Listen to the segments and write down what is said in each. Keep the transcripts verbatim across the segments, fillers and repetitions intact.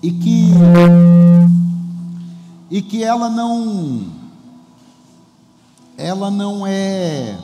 e que e que ela não ela não é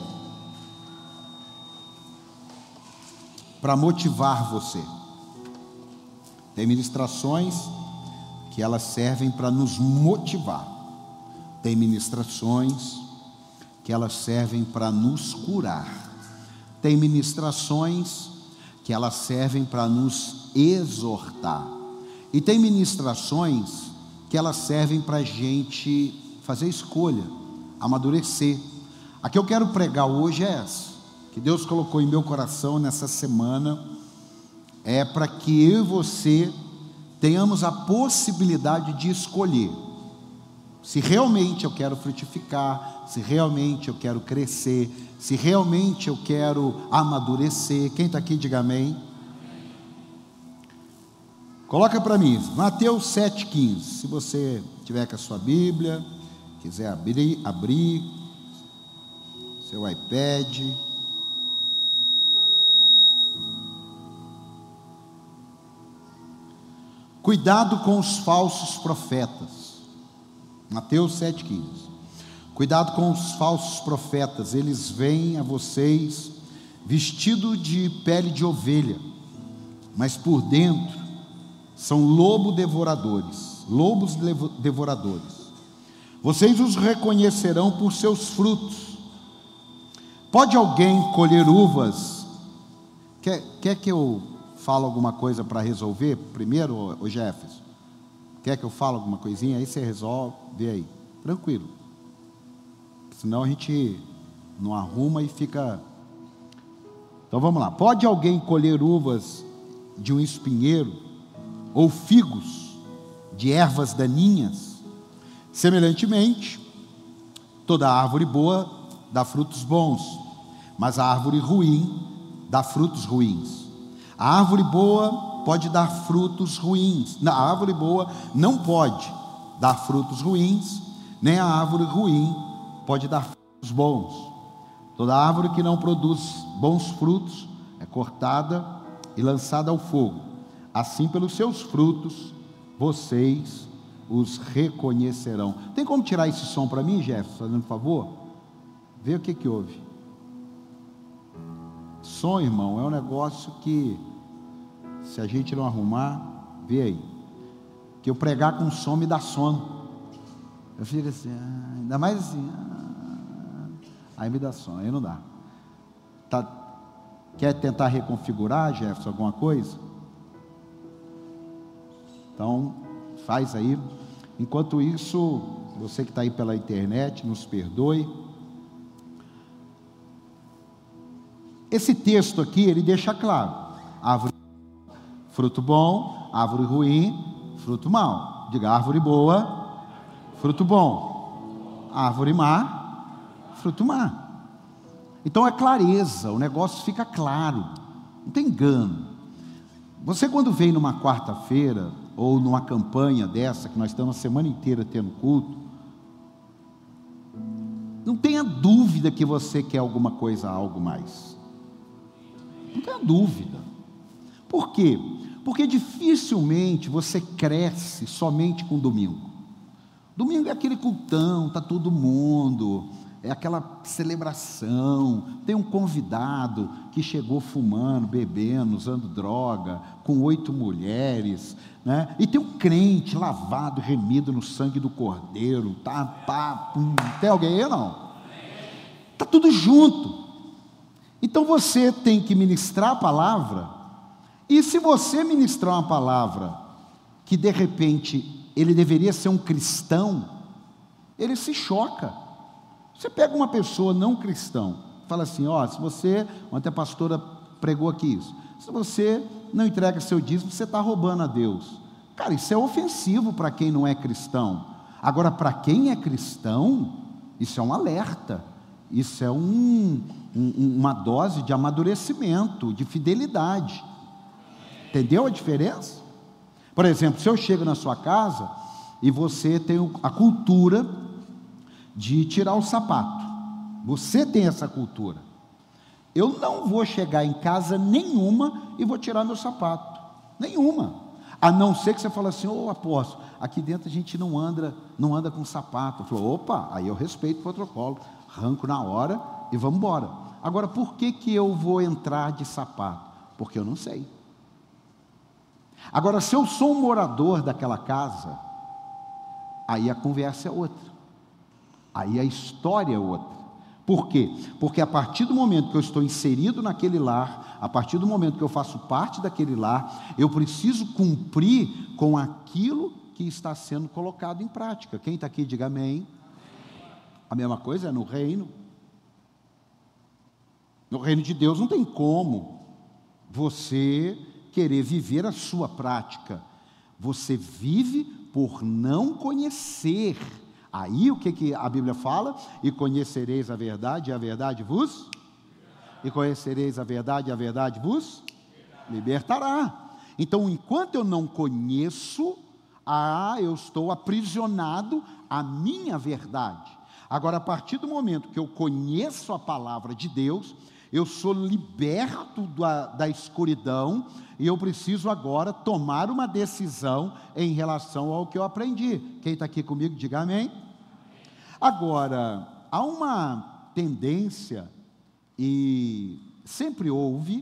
para motivar você. Tem ministrações que elas servem para nos motivar. Tem ministrações que elas servem para nos curar. Tem ministrações que elas servem para nos exortar. E tem ministrações que elas servem para a gente fazer escolha, amadurecer. A que eu quero pregar hoje é essa, que Deus colocou em meu coração nessa semana, é para que eu e você tenhamos a possibilidade de escolher se realmente eu quero frutificar, se realmente eu quero crescer, se realmente eu quero amadurecer. Quem está aqui, diga amém. Coloca para mim, Mateus sete, quinze. Se você tiver com a sua Bíblia, quiser abrir, abrir seu iPad. Cuidado com os falsos profetas. Mateus sete, quinze. Cuidado com os falsos profetas, eles vêm a vocês vestido de pele de ovelha, mas por dentro são lobo devoradores, lobos devoradores. Vocês os reconhecerão por seus frutos. Pode alguém colher uvas? Quer, quer que eu fale alguma coisa para resolver primeiro, ô Jefferson? Quer que eu fale alguma coisinha? Aí você resolve, vê aí, tranquilo. Senão a gente não arruma e fica... Então vamos lá. Pode alguém colher uvas de um espinheiro, ou figos de ervas daninhas? Semelhantemente, toda árvore boa dá frutos bons, mas a árvore ruim dá frutos ruins. A árvore boa pode dar frutos ruins. A árvore boa não pode dar frutos ruins, nem a árvore ruim pode dar frutos bons. Toda árvore que não produz bons frutos é cortada e lançada ao fogo. Assim, pelos seus frutos, vocês os reconhecerão. Tem como tirar esse som para mim, Jefferson, fazendo favor? Vê o que que houve. Som, irmão, é um negócio que, se a gente não arrumar, vê aí, que eu pregar com som me dá sono. Eu fico assim, ah, ainda mais assim, ah, aí me dá sono, aí não dá. Tá, quer tentar reconfigurar, Jefferson, alguma coisa? Então, faz aí. Enquanto isso, você que está aí pela internet, nos perdoe. Esse texto aqui, ele deixa claro: árvore fruto bom, árvore ruim, fruto mau. Diga, árvore boa, fruto bom. Árvore má, fruto má. Então é clareza, o negócio fica claro, não tem engano. Você, quando vem numa quarta-feira, ou numa campanha dessa, que nós estamos a semana inteira tendo culto, não tenha dúvida que você quer alguma coisa, algo mais. Não tenha dúvida. Por quê? Porque dificilmente você cresce somente com domingo. Domingo é aquele cultão, está todo mundo, é aquela celebração, tem um convidado que chegou fumando, bebendo, usando droga, com oito mulheres, né? E tem um crente lavado, remido no sangue do Cordeiro, tá, pá, pum. Tem alguém aí ou não? Está tudo junto. Então você tem que ministrar a palavra, e se você ministrar uma palavra que de repente ele deveria ser um cristão, ele se choca. Você pega uma pessoa não cristão, fala assim, ó, se você, ontem a pastora pregou aqui isso, se você não entrega seu dízimo, você está roubando a Deus. Cara, isso é ofensivo para quem não é cristão. Agora, para quem é cristão, isso é um alerta, isso é um, um, uma dose de amadurecimento, de fidelidade. Entendeu a diferença? Por exemplo, se eu chego na sua casa e você tem a cultura de tirar o sapato, você tem essa cultura, eu não vou chegar em casa nenhuma e vou tirar meu sapato, nenhuma. A não ser que você fale assim: ô apóstolo, aqui dentro a gente não anda, não anda com sapato. Falou: opa, aí eu respeito o protocolo, arranco na hora e vamos embora. Agora, por que que eu vou entrar de sapato? Porque eu não sei. Agora, se eu sou um morador daquela casa, aí a conversa é outra, aí a história é outra. Por quê? Porque a partir do momento que eu estou inserido naquele lar, a partir do momento que eu faço parte daquele lar, eu preciso cumprir com aquilo que está sendo colocado em prática. Quem está aqui, diga amém. A mesma coisa é no reino. No reino de Deus não tem como você querer viver a sua prática. Você vive por não conhecer. Aí o que, que a Bíblia fala? E conhecereis a verdade, e a verdade vos... E conhecereis a verdade, e a verdade vos... libertará. Então, enquanto eu não conheço, ah, eu estou aprisionado à minha verdade. Agora, a partir do momento que eu conheço a palavra de Deus, eu sou liberto da, da escuridão, e eu preciso agora tomar uma decisão em relação ao que eu aprendi. Quem está aqui comigo, diga amém. Agora, há uma tendência, e sempre houve,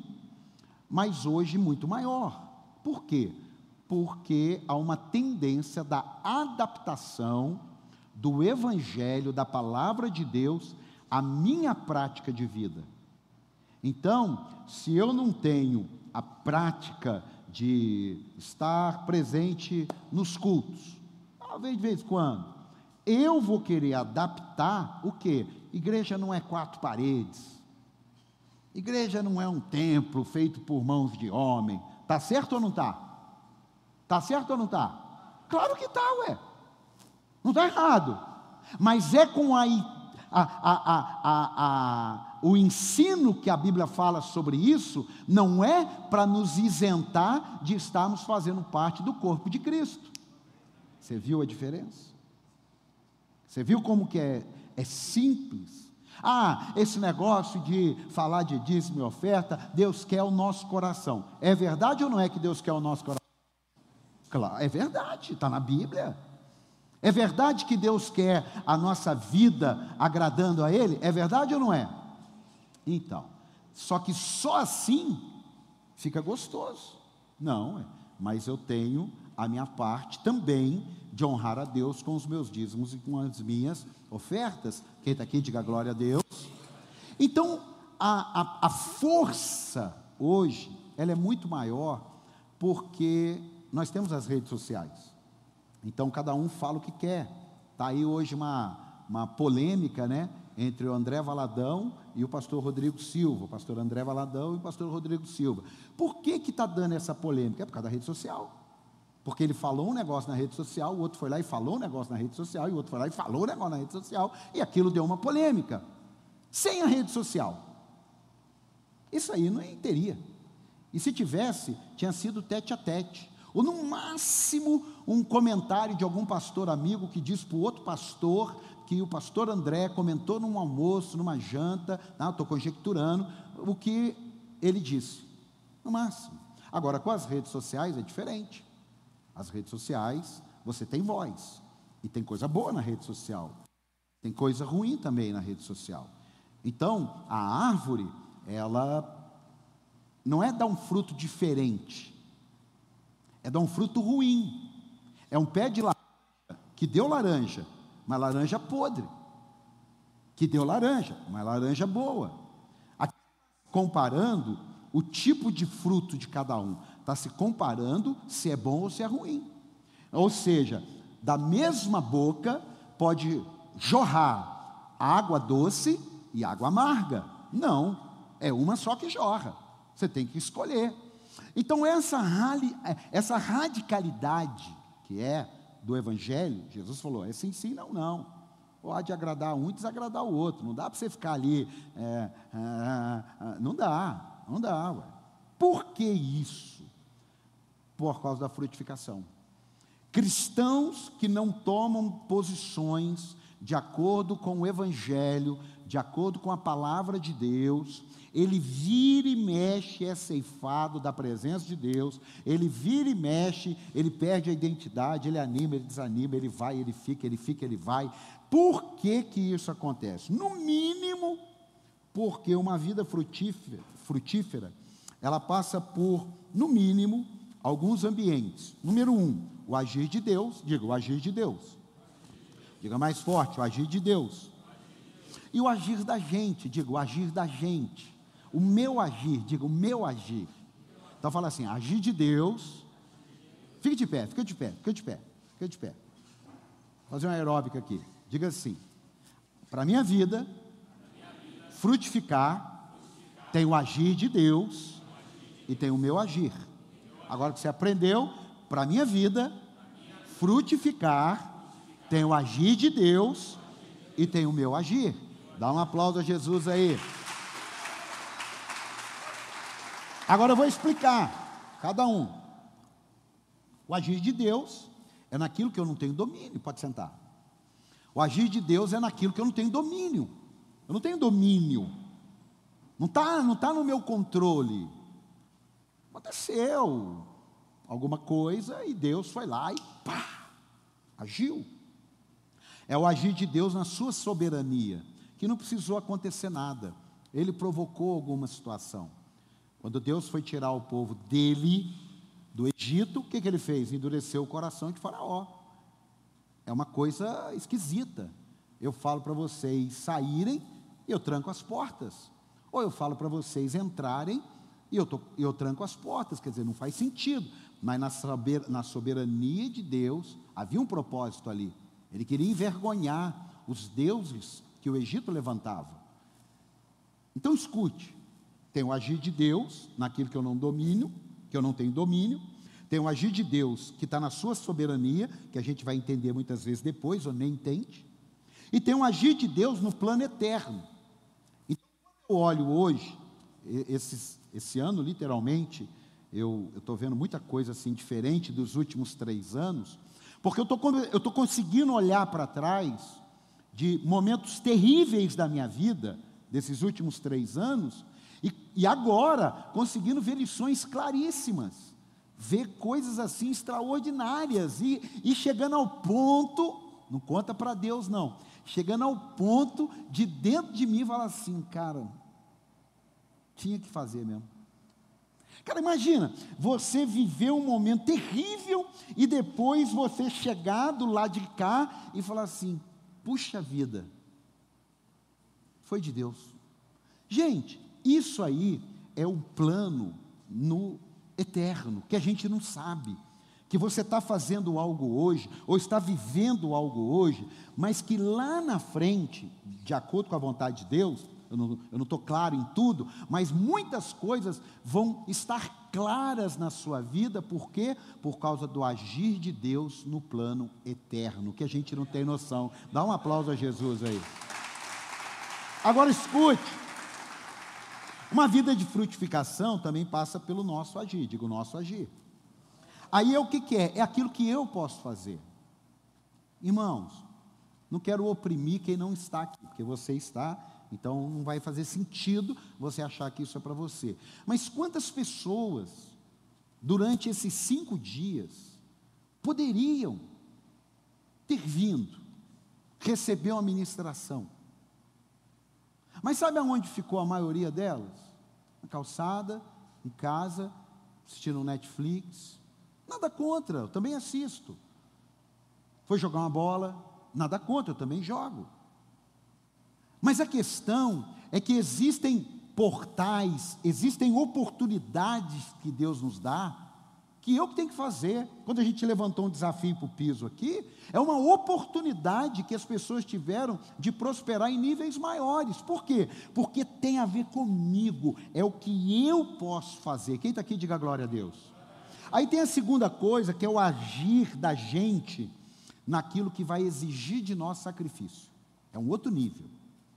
mas hoje muito maior. Por quê? Porque há uma tendência da adaptação do Evangelho, da palavra de Deus, à minha prática de vida. Então, se eu não tenho a prática de estar presente nos cultos, talvez de vez em quando, eu vou querer adaptar o quê? Igreja não é quatro paredes, igreja não é um templo feito por mãos de homem. Está certo ou não está? Está certo ou não está? Claro que está, ué, não está errado, mas é com a, a, a, a, a o ensino que a Bíblia fala sobre isso, não é para nos isentar de estarmos fazendo parte do corpo de Cristo. Você viu a diferença? Você viu como que é, é simples? Ah, esse negócio de falar de dízimo e oferta, Deus quer o nosso coração. É verdade ou não é que Deus quer o nosso coração? Claro, é verdade, está na Bíblia. É verdade que Deus quer a nossa vida agradando a Ele? É verdade ou não é? Então, só que só assim fica gostoso. Não, mas eu tenho a minha parte também de honrar a Deus com os meus dízimos e com as minhas ofertas. Quem está aqui, diga glória a Deus. Então, a, a, a força hoje, ela é muito maior, porque nós temos as redes sociais. Então, cada um fala o que quer. Está aí hoje uma, uma polêmica, né, entre o André Valadão e o pastor Rodrigo Silva, o pastor André Valadão e o pastor Rodrigo Silva. Por que que está dando essa polêmica? É por causa da rede social. Porque ele falou um negócio na rede social, o outro foi lá e falou um negócio na rede social, e o outro foi lá e falou um negócio na rede social, e aquilo deu uma polêmica. Sem a rede social, isso aí não teria. E se tivesse, tinha sido tete a tete. Ou no máximo um comentário de algum pastor amigo que diz para o outro pastor que o pastor André comentou num almoço, numa janta, não, estou conjecturando o que ele disse, no máximo. Agora, com as redes sociais é diferente. As redes sociais, você tem voz, e tem coisa boa na rede social, tem coisa ruim também na rede social. Então, a árvore, ela não é dar um fruto diferente, é dar um fruto ruim. É um pé de laranja que deu laranja, mas laranja podre, que deu laranja, mas laranja boa. Aqui, comparando o tipo de fruto de cada um, está se comparando se é bom ou se é ruim. Ou seja, da mesma boca pode jorrar água doce e água amarga. Não, é uma só que jorra, você tem que escolher. Então essa, essa radicalidade que é do Evangelho, Jesus falou, é sim, sim, não, não. Pode agradar um e desagradar o outro. Não dá para você ficar ali, é, é, não dá, não dá. Ué. Por que isso? Por causa da frutificação. Cristãos que não tomam posições de acordo com o Evangelho, de acordo com a palavra de Deus, ele vira e mexe, é ceifado da presença de Deus, ele vira e mexe, ele perde a identidade, ele anima, ele desanima, ele vai, ele fica, ele fica, ele vai. Por que que isso acontece? No mínimo, porque uma vida frutífera, frutífera, ela passa por, no mínimo, alguns ambientes. Número um, o agir de Deus, diga, o agir de Deus. Diga mais forte, o agir de Deus. E o agir da gente, diga, o agir da gente. O meu agir, diga, o meu agir. Então fala assim, agir de Deus. Fique de pé, fica de pé, fica de pé, fica de pé. Vou fazer uma aeróbica aqui. Diga assim, para a minha vida, frutificar, tem o agir de Deus e tem o meu agir. Agora que você aprendeu, para a minha vida, frutificar, tem o agir de Deus e tem o meu agir. Dá um aplauso a Jesus aí. Agora eu vou explicar, cada um. O agir de Deus é naquilo que eu não tenho domínio, pode sentar. O agir de Deus é naquilo que eu não tenho domínio. Eu não tenho domínio. Não está não tá no meu controle. Aconteceu alguma coisa e Deus foi lá e pá, agiu. É o agir de Deus na sua soberania, que não precisou acontecer nada. Ele provocou alguma situação. Quando Deus foi tirar o povo dele, do Egito, o que, que ele fez? Endureceu o coração de Faraó. É uma coisa esquisita. Eu falo para vocês saírem e eu tranco as portas. Ou eu falo para vocês entrarem e eu, tô, eu tranco as portas. Quer dizer, não faz sentido. Mas na, sober, na soberania de Deus, havia um propósito ali. Ele queria envergonhar os deuses que o Egito levantava. Então escute, tem o agir de Deus naquilo que eu não domino, que eu não tenho domínio, tem o agir de Deus que está na sua soberania, que a gente vai entender muitas vezes depois, ou nem entende, e tem o agir de Deus no plano eterno. Então, quando eu olho hoje, esses, esse ano literalmente, eu estou vendo muita coisa assim diferente dos últimos três anos, porque eu tô, eu estou conseguindo olhar para trás de momentos terríveis da minha vida, desses últimos três anos, e, e agora conseguindo ver lições claríssimas, ver coisas assim extraordinárias, e, e chegando ao ponto, não conta para Deus não, chegando ao ponto de dentro de mim falar assim, cara, tinha que fazer mesmo. Cara, imagina, você viver um momento terrível e depois você chegar do lado de cá e falar assim, puxa vida, foi de Deus. Gente, isso aí é um plano no eterno, que a gente não sabe, que você está fazendo algo hoje, ou está vivendo algo hoje, mas que lá na frente, de acordo com a vontade de Deus, eu não estou claro em tudo, mas muitas coisas vão estar claras na sua vida, por quê? Por causa do agir de Deus no plano eterno, que a gente não tem noção. Dá um aplauso a Jesus aí. Agora escute, uma vida de frutificação também passa pelo nosso agir, digo nosso agir. Aí é o que, que é? É aquilo que eu posso fazer. Irmãos, não quero oprimir quem não está aqui, porque você está, então não vai fazer sentido você achar que isso é para você. Mas quantas pessoas, durante esses cinco dias, poderiam ter vindo, receber uma ministração? Mas sabe aonde ficou a maioria delas? Na calçada, em casa, assistindo Netflix. Nada contra, eu também assisto. Foi jogar uma bola, nada contra, eu também jogo. Mas a questão é que existem portais, existem oportunidades que Deus nos dá, que eu que tenho que fazer. Quando a gente levantou um desafio para o piso aqui, é uma oportunidade que as pessoas tiveram de prosperar em níveis maiores. Por quê? Porque tem a ver comigo, é o que eu posso fazer. Quem está aqui, diga glória a Deus. Aí tem a segunda coisa, que é o agir da gente naquilo que vai exigir de nós sacrifício. É um outro nível.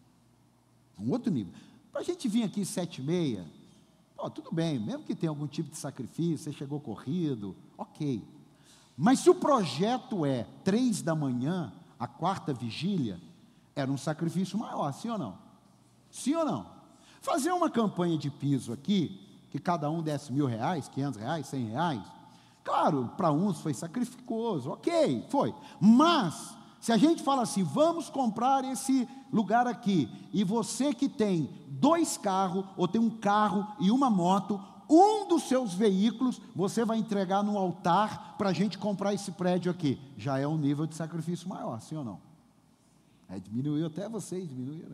É um outro nível. Para a gente vir aqui sete e meia, ó, tudo bem, mesmo que tenha algum tipo de sacrifício, você chegou corrido, ok. Mas se o projeto é três da manhã, a quarta vigília, era um sacrifício maior, sim ou não? Sim ou não? Fazer uma campanha de piso aqui, que cada um desse mil reais, quinhentos reais, cem reais, claro, para uns foi sacrificoso, ok, foi, mas se a gente fala assim, vamos comprar esse lugar aqui, e você que tem dois carros, ou tem um carro e uma moto, um dos seus veículos, você vai entregar no altar, para a gente comprar esse prédio aqui, já é um nível de sacrifício maior, sim ou não? É, diminuiu, até vocês diminuíram.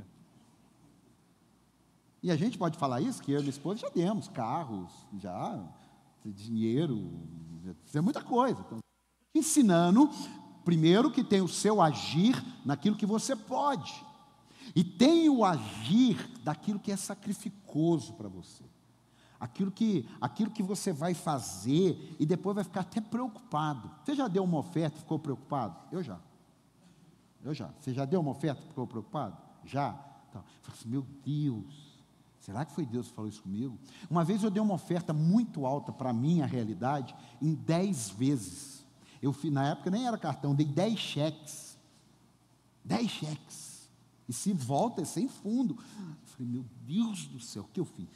E a gente pode falar isso, que eu e minha esposa já demos carros, já, dinheiro, já, muita coisa, então, ensinando, primeiro que tem o seu agir naquilo que você pode, e tem o agir daquilo que é sacrificoso para você, aquilo que, aquilo que você vai fazer, e depois vai ficar até preocupado. Você já deu uma oferta e ficou preocupado? Eu já, eu já, você já deu uma oferta e ficou preocupado? Já, então, eu falei assim, meu Deus, será que foi Deus que falou isso comigo? Uma vez eu dei uma oferta muito alta para a minha realidade, em dez vezes, eu, na época nem era cartão, dei dez cheques, dez cheques, e se volta é sem fundo. Eu falei, meu Deus do céu, o que eu fiz?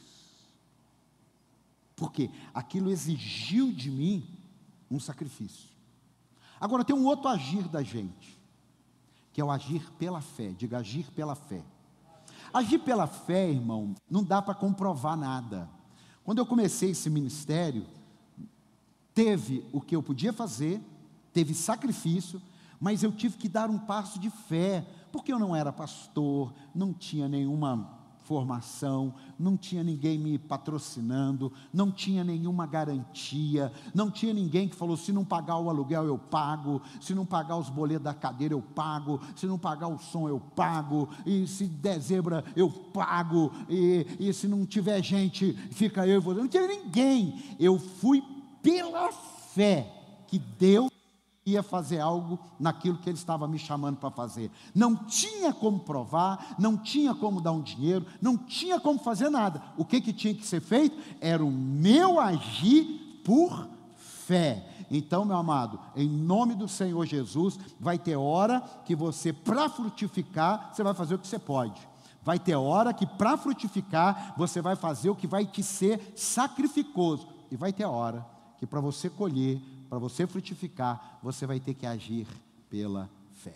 Porque aquilo exigiu de mim um sacrifício. Agora tem um outro agir da gente, que é o agir pela fé, diga agir pela fé. Agir pela fé, irmão, não dá para comprovar nada. Quando eu comecei esse ministério, teve o que eu podia fazer, teve sacrifício, mas eu tive que dar um passo de fé, porque eu não era pastor, não tinha nenhuma formação, não tinha ninguém me patrocinando, não tinha nenhuma garantia, não tinha ninguém que falou, se não pagar o aluguel eu pago, se não pagar os boletos da cadeira eu pago, se não pagar o som eu pago, e se der zebra eu pago, e, e se não tiver gente, fica eu e você, não tinha ninguém. Eu fui pela fé que Deus ia fazer algo naquilo que Ele estava me chamando para fazer. Não tinha como provar, não tinha como dar um dinheiro, não tinha como fazer nada. O que, que tinha que ser feito? Era o meu agir por fé. Então, meu amado, em nome do Senhor Jesus, vai ter hora que você, para frutificar, você vai fazer o que você pode. Vai ter hora que, para frutificar, você vai fazer o que vai te ser sacrificoso. E vai ter hora que, para você colher, para você frutificar, você vai ter que agir pela fé.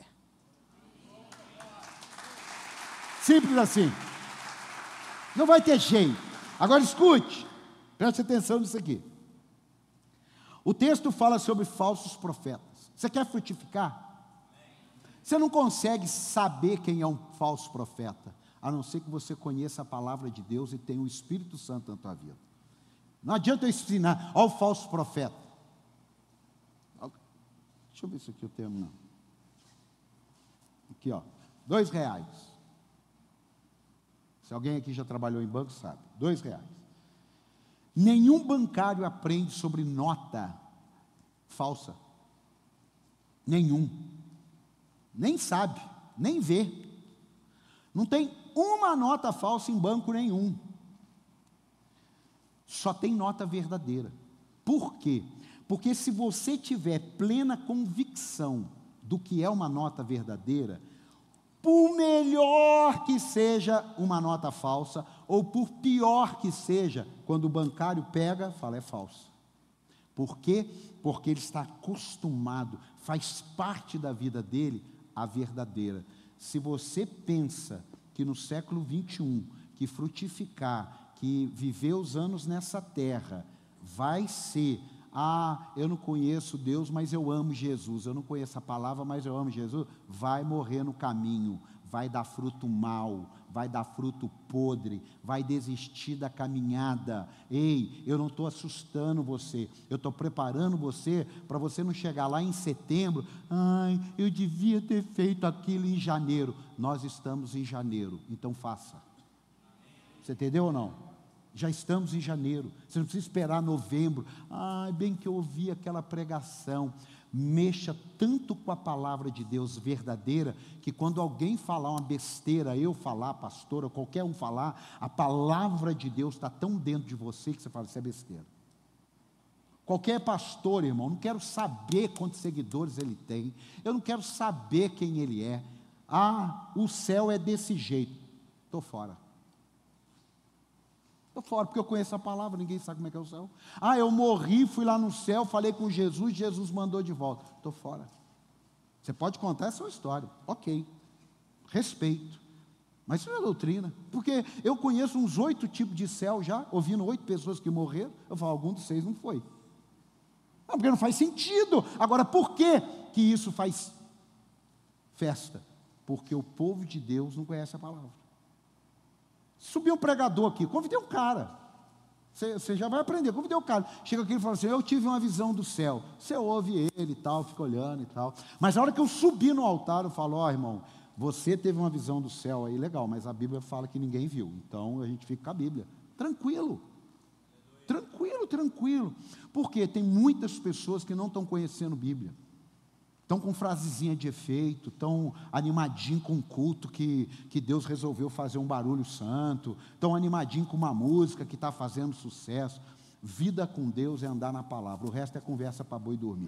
Simples assim. Não vai ter jeito. Agora escute, preste atenção nisso aqui. O texto fala sobre falsos profetas. Você quer frutificar? Você não consegue saber quem é um falso profeta, a não ser que você conheça a palavra de Deus e tenha o Espírito Santo na tua vida. Não adianta eu ensinar, ó o falso profeta. Deixa eu ver se aqui eu tenho, não. Aqui, ó, dois reais. Se alguém aqui já trabalhou em banco, sabe. Dois reais. Nenhum bancário aprende sobre nota falsa. Nenhum. Nem sabe, nem vê. Não tem uma nota falsa em banco nenhum. Só tem nota verdadeira. Por quê? Porque se você tiver plena convicção do que é uma nota verdadeira, por melhor que seja uma nota falsa, ou por pior que seja, quando o bancário pega, fala, é falsa. Por quê? Porque ele está acostumado, faz parte da vida dele, a verdadeira. Se você pensa que no século vinte e um, que frutificar, que viver os anos nessa terra, vai ser... Ah, eu não conheço Deus, mas eu amo Jesus. Eu não conheço a palavra, mas eu amo Jesus. Vai morrer no caminho, vai dar fruto mau, vai dar fruto podre, vai desistir da caminhada. Ei, eu não estou assustando você, eu estou preparando você para você não chegar lá em setembro. Ai, eu devia ter feito aquilo em janeiro. Nós estamos em janeiro, então faça. Você entendeu ou não? Já estamos em janeiro, você não precisa esperar novembro. Ah, bem que eu ouvi aquela pregação. Mexa tanto com a palavra de Deus verdadeira, que quando alguém falar uma besteira, eu falar, pastor, ou qualquer um falar, a palavra de Deus está tão dentro de você, que você fala, isso é besteira. Qualquer pastor, irmão, não quero saber quantos seguidores ele tem, eu não quero saber quem ele é. Ah, o céu é desse jeito. Estou fora. Estou fora, porque eu conheço a palavra, ninguém sabe como é que é o céu. Ah, eu morri, fui lá no céu, falei com Jesus, Jesus mandou de volta. Estou fora. Você pode contar essa história, ok, respeito, mas isso não é doutrina, porque eu conheço uns oito tipos de céu já, ouvindo oito pessoas que morreram, eu falo, algum dos seis não foi. Não, porque não faz sentido. Agora, por que que isso faz festa? Porque o povo de Deus não conhece a palavra. Subiu um pregador aqui, convidei um cara, você, você já vai aprender, convidei um cara, chega aqui e fala assim, eu tive uma visão do céu, você ouve ele e tal, fica olhando e tal, mas a hora que eu subi no altar, eu falo, ó, irmão, você teve uma visão do céu aí, legal, mas a Bíblia fala que ninguém viu, então a gente fica com a Bíblia, tranquilo, tranquilo, tranquilo, porque tem muitas pessoas que não estão conhecendo Bíblia, estão com frasezinha de efeito, estão animadinho com um culto que, que Deus resolveu fazer um barulho santo, estão animadinho com uma música que está fazendo sucesso. Vida com Deus é andar na palavra, o resto é conversa para boi dormir.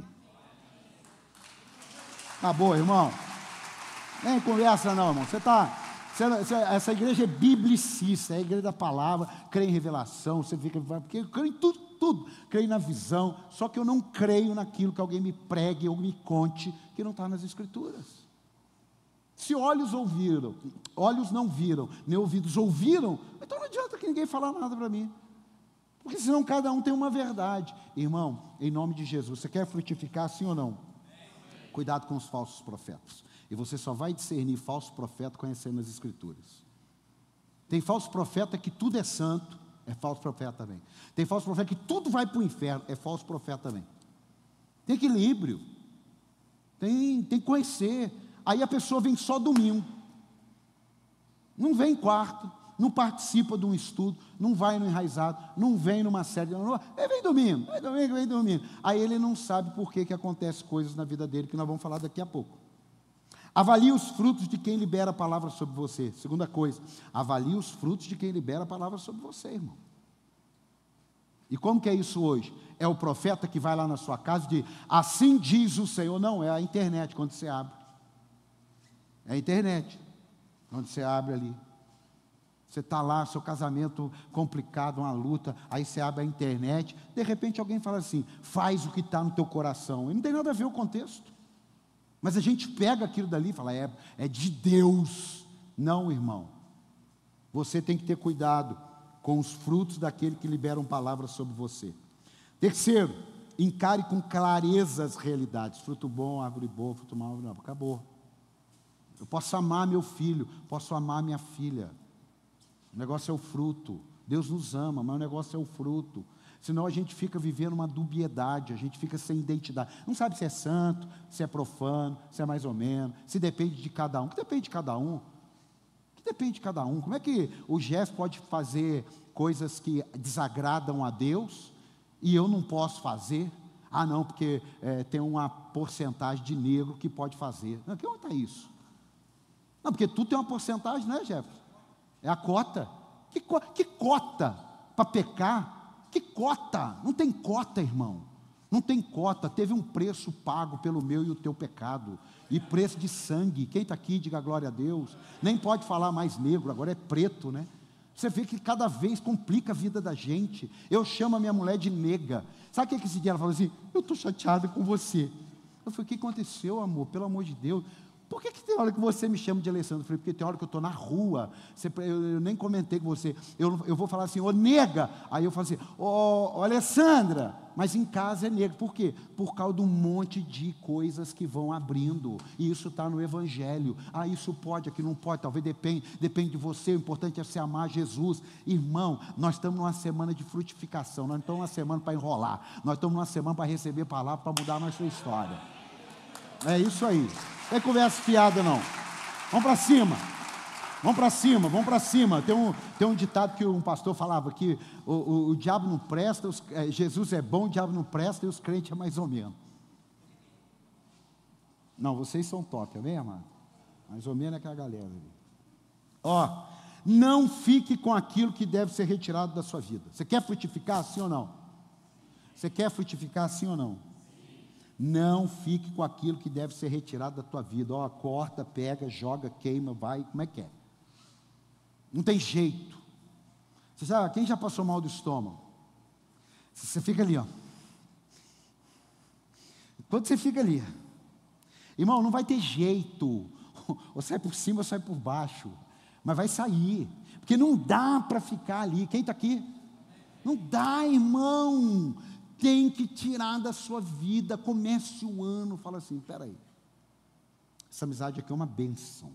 Acabou, irmão. Nem conversa não, irmão. Você está... Essa igreja é biblicista, é a igreja da palavra, crê em revelação, você fica, porque eu creio em tudo, tudo, creio na visão, só que eu não creio naquilo que alguém me pregue ou me conte, que não está nas escrituras. Se olhos ouviram, olhos não viram, nem ouvidos ouviram, então não adianta que ninguém falar nada para mim, porque senão cada um tem uma verdade. Irmão, em nome de Jesus, você quer frutificar sim ou não? Cuidado com os falsos profetas. E você só vai discernir falso profeta conhecendo as escrituras. Tem falso profeta que tudo é santo, é falso profeta também. Tem falso profeta que tudo vai para o inferno, é falso profeta também. Tem equilíbrio, tem, tem que conhecer. Aí a pessoa vem só domingo, não vem quarto, não participa de um estudo, não vai no enraizado, não vem numa série, não, é, vem domingo, vem domingo, vem domingo. Aí ele não sabe por que que acontecem coisas na vida dele, que nós vamos falar daqui a pouco. Avalie os frutos de quem libera a palavra sobre você. Segunda coisa, avalie os frutos de quem libera a palavra sobre você, irmão. E como que é isso hoje? É o profeta que vai lá na sua casa e diz, assim diz o Senhor. Não, é a internet, quando você abre. É a internet, quando você abre ali. Você está lá, seu casamento complicado, uma luta, aí você abre a internet, de repente alguém fala assim, faz o que está no teu coração. E não tem nada a ver o contexto. Mas a gente pega aquilo dali e fala, é, é de Deus. Não, irmão. Você tem que ter cuidado com os frutos daquele que liberam palavras sobre você. Terceiro, encare com clareza as realidades. Fruto bom, árvore boa, fruto mau, não, acabou. Eu posso amar meu filho, posso amar minha filha. O negócio é o fruto. Deus nos ama, mas o negócio é o fruto. Senão a gente fica vivendo uma dubiedade, a gente fica sem identidade. Não sabe se é santo, se é profano, se é mais ou menos, se depende de cada um. Que depende de cada um? Que depende de cada um. Como é que o Jess pode fazer coisas que desagradam a Deus e eu não posso fazer? Ah, não, porque é, tem uma porcentagem de negro que pode fazer. Não, que onde está isso? Não, porque tudo tem uma porcentagem, né, Jeff? É a cota. Que, co que cota para pecar? Que cota? Não tem cota, irmão. Não tem cota. Teve um preço pago pelo meu e o teu pecado. E preço de sangue. Quem está aqui, diga glória a Deus. Nem pode falar mais negro, agora é preto, né? Você vê que cada vez complica a vida da gente. Eu chamo a minha mulher de nega. Sabe o que é que esse dia ela falou assim? Eu estou chateada com você. Eu falei, o que aconteceu, amor? Pelo amor de Deus. Por que, que tem hora que você me chama de Alessandro? Eu falei, porque tem hora que eu estou na rua, você, eu, eu nem comentei com você, eu, eu vou falar assim, ô nega, aí eu falo assim, ô, ô Alessandra, mas em casa é nega, por quê? Por causa de um monte de coisas que vão abrindo, e isso está no Evangelho, ah, isso pode, aqui não pode, talvez depende, depende de você, o importante é você amar Jesus. Irmão, nós estamos numa semana de frutificação, nós não estamos numa semana para enrolar, nós estamos numa semana para receber palavra, para mudar a nossa história, é isso aí. Não é conversa fiada, não. Vamos para cima. Vamos para cima, vamos para cima. Tem um, tem um ditado que um pastor falava que o, o, o diabo não presta, os, é, Jesus é bom, o diabo não presta e os crentes é mais ou menos. Não, vocês são top, amém, amado? Mais ou menos é aquela galera ali. Ó, não fique com aquilo que deve ser retirado da sua vida. Você quer frutificar, sim ou não? Você quer frutificar, sim ou não? Não fique com aquilo que deve ser retirado da tua vida. Ó, corta, pega, joga, queima, vai, como é que é? Não tem jeito. Você sabe, quem já passou mal do estômago? Você fica ali, ó. Quando você fica ali, irmão, não vai ter jeito. Ou sai por cima ou sai por baixo. Mas vai sair. Porque não dá para ficar ali. Quem está aqui? Não dá, irmão. Tem que tirar da sua vida. Comece o ano. Fala assim, espera aí. Essa amizade aqui é uma bênção.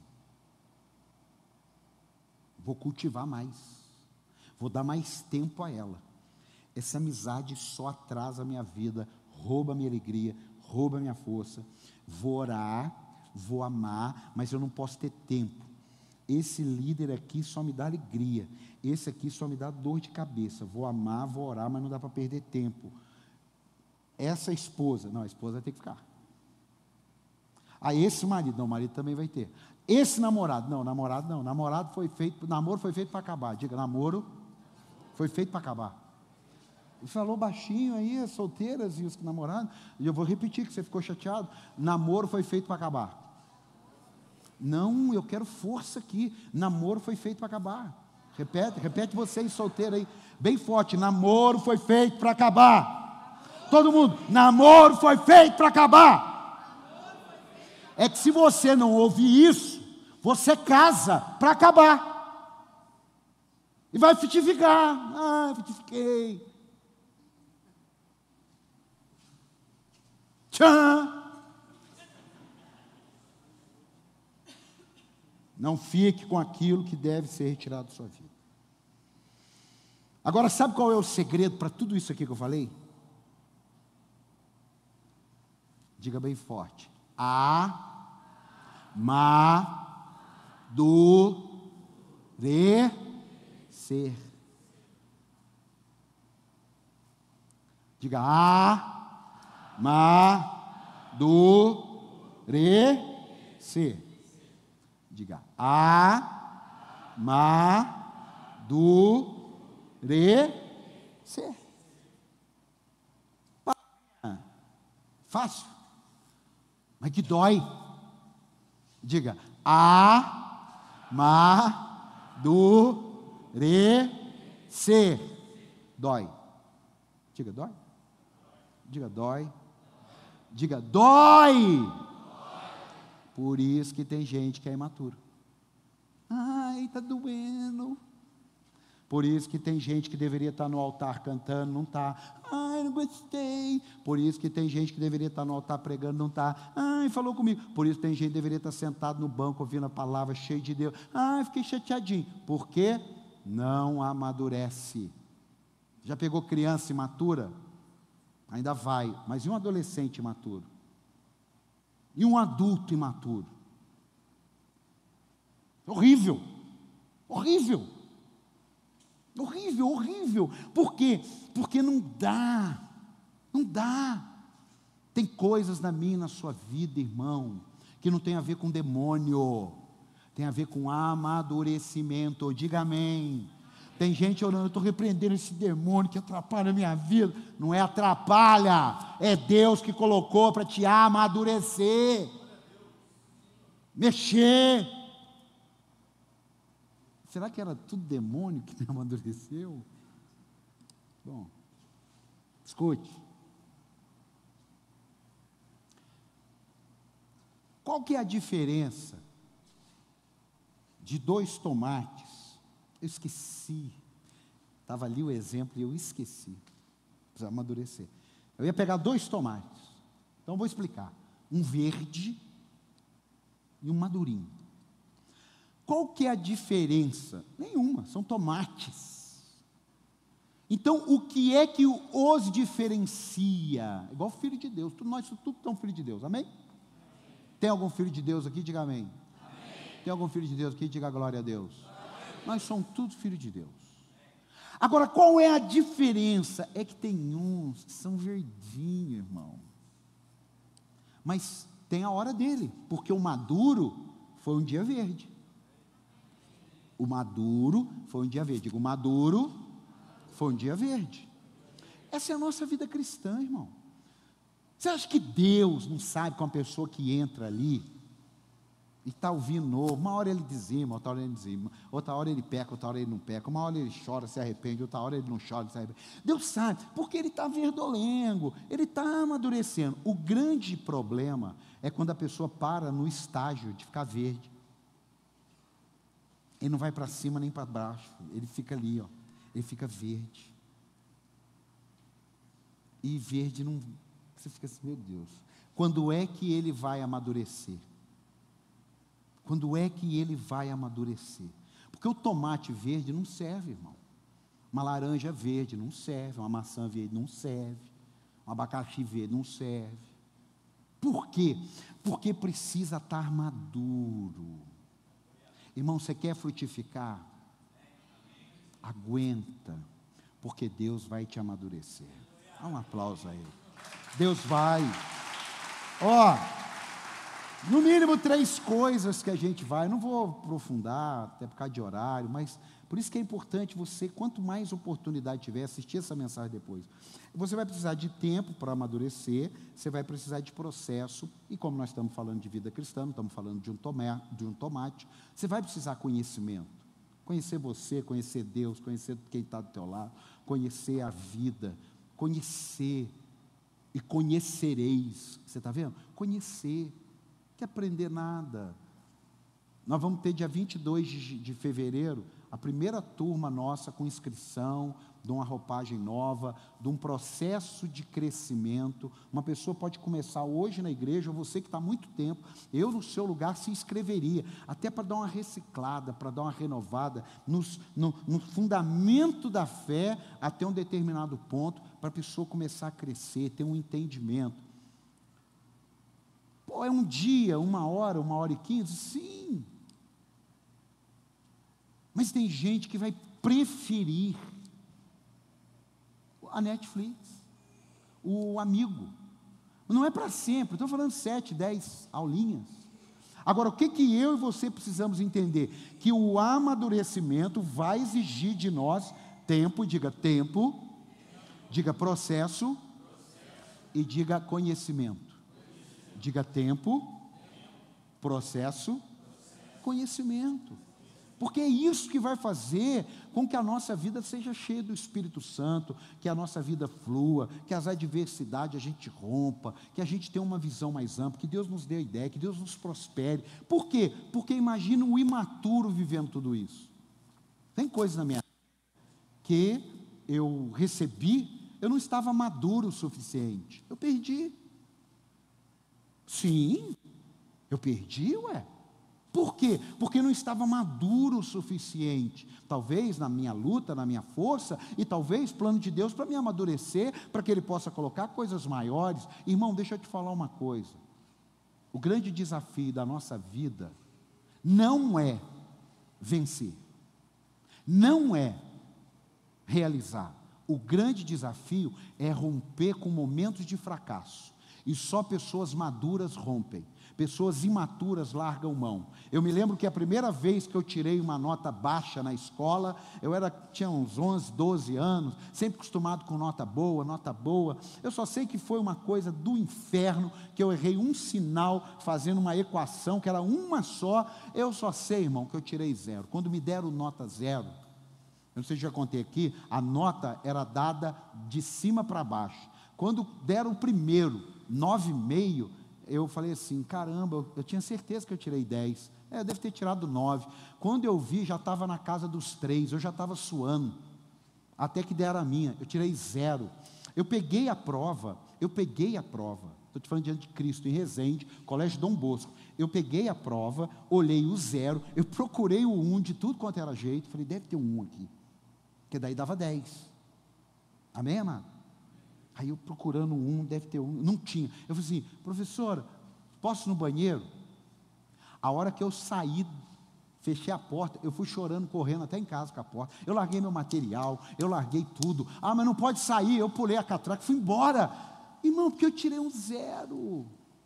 Vou cultivar mais. Vou dar mais tempo a ela. Essa amizade só atrasa a minha vida, rouba a minha alegria, rouba a minha força. Vou orar, vou amar, mas eu não posso ter tempo. Esse líder aqui só me dá alegria. Esse aqui só me dá dor de cabeça. Vou amar, vou orar, mas não dá para perder tempo. Essa esposa, não, a esposa vai ter que ficar. Ah, esse marido, não, o marido também vai ter. Esse namorado, não, namorado não. Namorado foi feito, namoro foi feito para acabar. Diga, namoro foi feito para acabar. Ele falou baixinho aí, as solteiras e os namorados. E eu vou repetir que você ficou chateado. Namoro foi feito para acabar. Não, eu quero força aqui. Namoro foi feito para acabar. Repete, repete vocês solteiros aí, bem forte. Namoro foi feito para acabar. Todo mundo, namoro foi feito para acabar. É que se você não ouvir isso, você casa para acabar. E vai frutificar. Ah, frutifiquei. Tchan. Não fique com aquilo que deve ser retirado da sua vida. Agora, sabe qual é o segredo para tudo isso aqui que eu falei? Diga bem forte. Amadurecer. Diga amadurecer. Diga amadurecer. Fácil, mas que dói. Diga amadurecer. Dói. Diga dói. Diga dói. Diga dói. Por isso que tem gente que é imaturo. Ai, está doendo. Por isso que tem gente que deveria estar no altar cantando, não está. Ai, não gostei. Por isso que tem gente que deveria estar no altar pregando, não está. Ai, falou comigo. Por isso tem gente que deveria estar sentado no banco ouvindo a palavra, cheio de Deus. Ai, fiquei chateadinho. Por quê? Não amadurece. Já pegou criança imatura? Ainda vai. Mas e um adolescente imaturo? E um adulto imaturo? Horrível, horrível, horrível, horrível. Por quê? Porque não dá, não dá. Tem coisas na minha e na sua vida, irmão, que não tem a ver com demônio, tem a ver com amadurecimento. Diga amém. Tem gente orando, eu estou repreendendo esse demônio que atrapalha a minha vida. Não é atrapalha, é Deus que colocou para te amadurecer, mexer. Será que era tudo demônio que me amadureceu? Bom, escute. Qual que é a diferença de dois tomates? Eu esqueci. Estava ali o exemplo e eu esqueci. Precisa amadurecer. Eu ia pegar dois tomates. Então eu vou explicar. Um verde e um madurinho. Qual que é a diferença? Nenhuma, são tomates. Então, o que é que os diferencia? Igual filho de Deus, nós tudo somos filho de Deus, amém? Tem algum filho de Deus aqui? Diga amém. Amém. Tem algum filho de Deus aqui? Diga glória a Deus. Amém. Nós somos todos filhos de Deus. Agora, qual é a diferença? É que tem uns que são verdinhos, irmão. Mas tem a hora dele, porque o maduro foi um dia verde. O maduro foi um dia verde. Digo, o maduro foi um dia verde. Essa é a nossa vida cristã, irmão. Você acha que Deus não sabe que uma pessoa que entra ali e está ouvindo novo, uma hora ele dizima, outra hora ele dizima, outra hora ele peca, outra hora ele não peca, uma hora ele chora, se arrepende, outra hora ele não chora, se arrepende. Deus sabe, porque ele está verdolengo, ele está amadurecendo. O grande problema é quando a pessoa para no estágio de ficar verde. Ele não vai para cima nem para baixo, ele fica ali, ó, ele fica verde. E verde não, você fica assim, meu Deus, quando é que ele vai amadurecer? Quando é que ele vai amadurecer? Porque o tomate verde não serve, irmão. Uma laranja verde não serve, uma maçã verde não serve, um abacaxi verde não serve. Por quê? Porque precisa estar maduro. Irmão, você quer frutificar? Aguenta, porque Deus vai te amadurecer. Dá um aplauso a Ele. Deus vai. Ó, no mínimo três coisas que a gente vai, eu não vou aprofundar, até por causa de horário, mas por isso que é importante você, quanto mais oportunidade tiver, assistir essa mensagem depois. Você vai precisar de tempo para amadurecer, você vai precisar de processo, e como nós estamos falando de vida cristã, estamos falando de um, tomé, de um tomate, você vai precisar conhecimento. Conhecer você, conhecer Deus, conhecer quem está do teu lado, conhecer a vida, conhecer e conhecereis. Você está vendo? Conhecer. Quer aprender nada. Nós vamos ter dia vinte e dois de, de fevereiro, a primeira turma nossa com inscrição, de uma roupagem nova, de um processo de crescimento. Uma pessoa pode começar hoje na igreja, você que está há muito tempo, eu no seu lugar se inscreveria, até para dar uma reciclada, para dar uma renovada, nos, no, no fundamento da fé, até um determinado ponto, para a pessoa começar a crescer, ter um entendimento. Pô, é um dia, uma hora, uma hora e quinze? Sim. Mas tem gente que vai preferir a Netflix, o amigo. Não é para sempre, estou falando sete, dez aulinhas. Agora, o que, que eu e você precisamos entender? Que o amadurecimento vai exigir de nós tempo, diga tempo, diga processo e diga conhecimento. Diga tempo, processo, conhecimento. Porque é isso que vai fazer com que a nossa vida seja cheia do Espírito Santo, que a nossa vida flua, que as adversidades a gente rompa, que a gente tenha uma visão mais ampla, que Deus nos dê a ideia, que Deus nos prospere. Por quê? Porque imagina o imaturo vivendo tudo isso. Tem coisas na minha vida que eu recebi, eu não estava maduro o suficiente. Eu perdi. Sim, eu perdi, ué. Por quê? Porque não estava maduro o suficiente. Talvez na minha luta, na minha força, e talvez plano de Deus para me amadurecer, para que Ele possa colocar coisas maiores. Irmão, deixa eu te falar uma coisa. O grande desafio da nossa vida não é vencer, não é realizar. O grande desafio é romper com momentos de fracasso. E só pessoas maduras rompem. Pessoas imaturas largam mão. Eu me lembro que a primeira vez que eu tirei uma nota baixa na escola, eu era, tinha uns onze, doze anos, sempre acostumado com nota boa, nota boa. Eu só sei que foi uma coisa do inferno, que eu errei um sinal fazendo uma equação, que era uma só. Eu só sei, irmão, que eu tirei zero. Quando me deram nota zero, eu não sei se já contei aqui, a nota era dada de cima para baixo. Quando deram o primeiro, nove vírgula cinco, eu falei assim, caramba, eu, eu tinha certeza que eu tirei dez. É, eu devo ter tirado nove. Quando eu vi, já estava na casa dos três, eu já estava suando. Até que deram a minha, eu tirei zero. Eu peguei a prova, eu peguei a prova. Estou te falando diante de Cristo, em Resende, Colégio Dom Bosco. Eu peguei a prova, olhei o zero, eu procurei o um de tudo quanto era jeito. Falei, deve ter um aqui. Porque daí dava dez. Amém, amado? Aí eu procurando um, deve ter um, não tinha. Eu falei assim, professora, posso ir no banheiro? A hora que eu saí, fechei a porta, eu fui chorando, correndo até em casa com a porta. Eu larguei meu material, eu larguei tudo. Ah, mas não pode sair. Eu pulei a catraca, fui embora. Irmão, porque eu tirei um zero.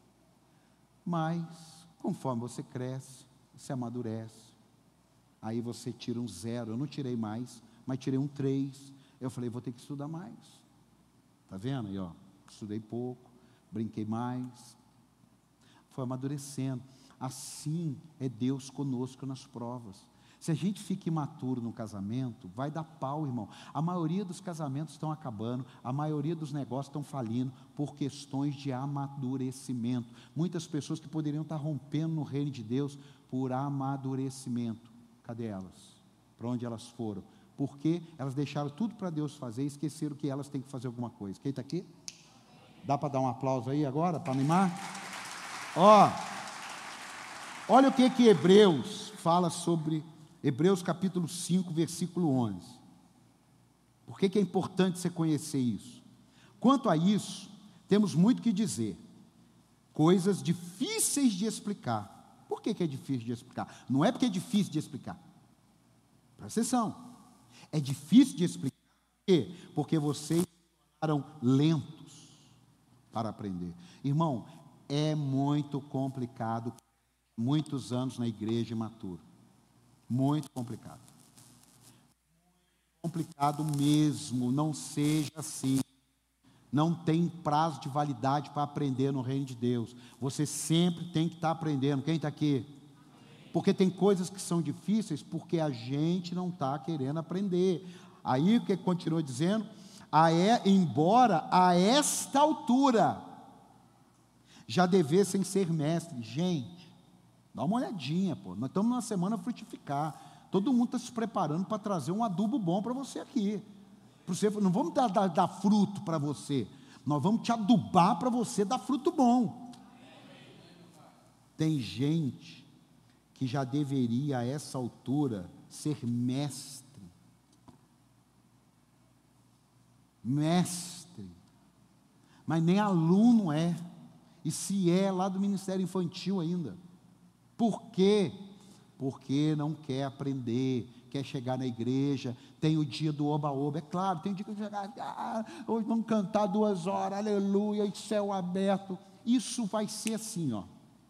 Mas, conforme você cresce, você amadurece. Aí você tira um zero. Eu não tirei mais, mas tirei um três. Eu falei, vou ter que estudar mais. Está vendo aí, ó? Estudei pouco, brinquei mais. Foi amadurecendo. Assim é Deus conosco nas provas. Se a gente fica imaturo no casamento, vai dar pau, irmão. A maioria dos casamentos estão acabando, a maioria dos negócios estão falindo por questões de amadurecimento. Muitas pessoas que poderiam estar rompendo no reino de Deus por amadurecimento. Cadê elas? Para onde elas foram? Porque elas deixaram tudo para Deus fazer e esqueceram que elas têm que fazer alguma coisa. Quem está aqui? Dá para dar um aplauso aí agora, para animar? Ó, olha o que que Hebreus fala sobre... Hebreus capítulo cinco, versículo onze. Por que que é importante você conhecer isso? Quanto a isso, temos muito que dizer. Coisas difíceis de explicar. Por que que é difícil de explicar? Não é porque é difícil de explicar. Presta atenção. É difícil de explicar. Por quê? Porque vocês ficaram lentos para aprender. Irmão, é muito complicado. Muitos anos na igreja imatura. Muito complicado. Complicado mesmo, não seja assim. Não tem prazo de validade para aprender no reino de Deus. Você sempre tem que estar aprendendo. Quem está aqui? Porque tem coisas que são difíceis porque a gente não está querendo aprender. Aí o que continua dizendo? A é, embora a esta altura já devessem ser mestres. Gente, dá uma olhadinha, pô. Nós estamos numa semana frutificar. Todo mundo está se preparando para trazer um adubo bom para você aqui. Para você, não vamos dar, dar, dar fruto para você. Nós vamos te adubar para você dar fruto bom. Tem gente que já deveria, a essa altura, ser mestre. Mestre. Mas nem aluno é. E se é, lá do Ministério Infantil ainda. Por quê? Porque não quer aprender, quer chegar na igreja, tem o dia do oba-oba, é claro, tem o dia que chegar, ah, hoje vamos cantar duas horas, aleluia, e céu aberto, isso vai ser assim, ó.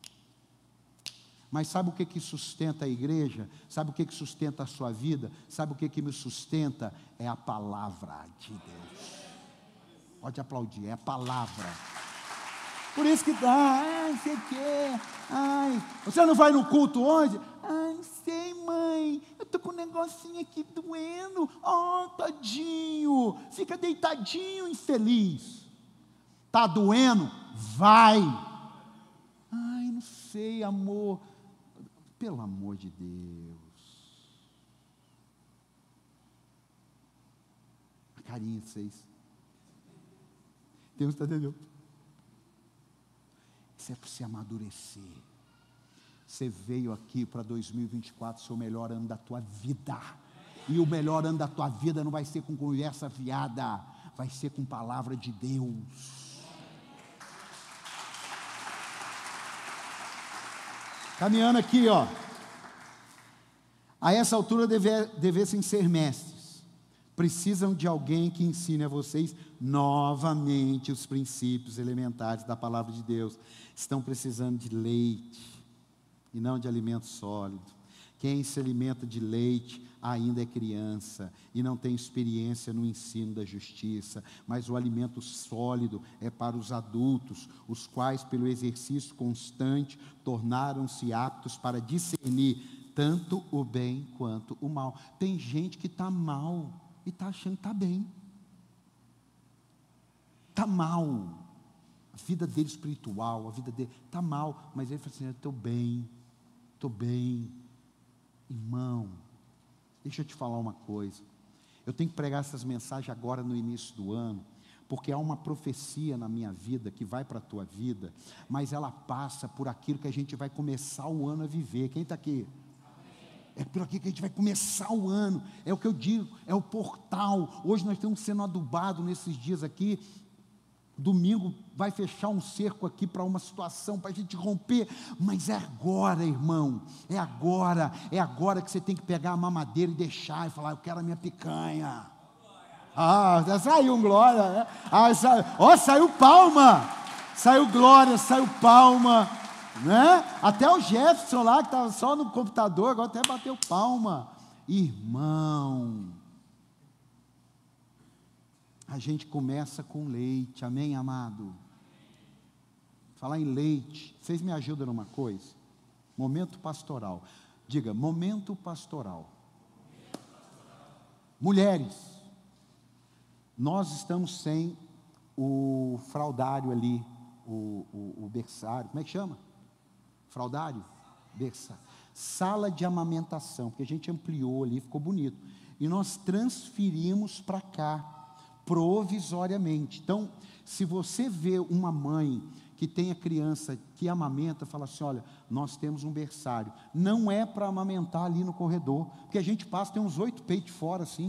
Mas sabe o que que sustenta a igreja? Sabe o que que sustenta a sua vida? Sabe o que que me sustenta? É a palavra de Deus. Pode aplaudir, é a palavra. Por isso que dá, ah, não sei o quê, ai, você não vai no culto hoje? Ai, não sei, mãe, eu estou com um negocinho aqui doendo, oh, tadinho, fica deitadinho, infeliz, está doendo? Vai, ai, não sei, amor, pelo amor de Deus, a carinha de vocês, Deus está entendendo? Isso é para você amadurecer. Você veio aqui para dois mil e vinte e quatro, ser o melhor ano da tua vida. E o melhor ano da tua vida não vai ser com conversa fiada, vai ser com palavra de Deus. Caminhando aqui, ó. A essa altura deve, devessem ser mestres. Precisam de alguém que ensine a vocês novamente os princípios elementares da palavra de Deus. Estão precisando de leite e não de alimento sólido. Quem se alimenta de leite ainda é criança e não tem experiência no ensino da justiça, mas o alimento sólido é para os adultos, os quais pelo exercício constante tornaram-se aptos para discernir tanto o bem quanto o mal. Tem gente que está mal e está achando que está bem. Está mal. A vida dele espiritual, a vida dele está mal, mas ele fala assim, eu estou bem, estou bem. Irmão, deixa eu te falar uma coisa. Eu tenho que pregar essas mensagens agora no início do ano, porque há uma profecia na minha vida que vai para a tua vida, mas ela passa por aquilo que a gente vai começar o ano a viver. Quem está aqui? É por aqui que a gente vai começar o ano. É o que eu digo, é o portal. Hoje nós estamos sendo adubados nesses dias aqui. Domingo vai fechar um cerco aqui para uma situação, para a gente romper, mas é agora, irmão, é agora, é agora que você tem que pegar a mamadeira e deixar, e falar, eu quero a minha picanha. Ah, já saiu um glória, né? Ah, saiu, ó, saiu palma, saiu glória, saiu palma, né? Até o Jefferson lá, que estava só no computador, agora até bateu palma. Irmão, a gente começa com leite, amém, amado? Falar em leite, vocês me ajudam numa coisa? Momento pastoral. Diga, momento pastoral. Mulheres, nós estamos sem o fraldário ali, o, o, o berçário, como é que chama? Fraldário? Berçário. Sala de amamentação, porque a gente ampliou ali, ficou bonito. E nós transferimos para cá, provisoriamente. Então, se você vê uma mãe que tem a criança que amamenta, fala assim, olha, nós temos um berçário. Não é para amamentar ali no corredor, porque a gente passa, tem uns oito peitos fora assim.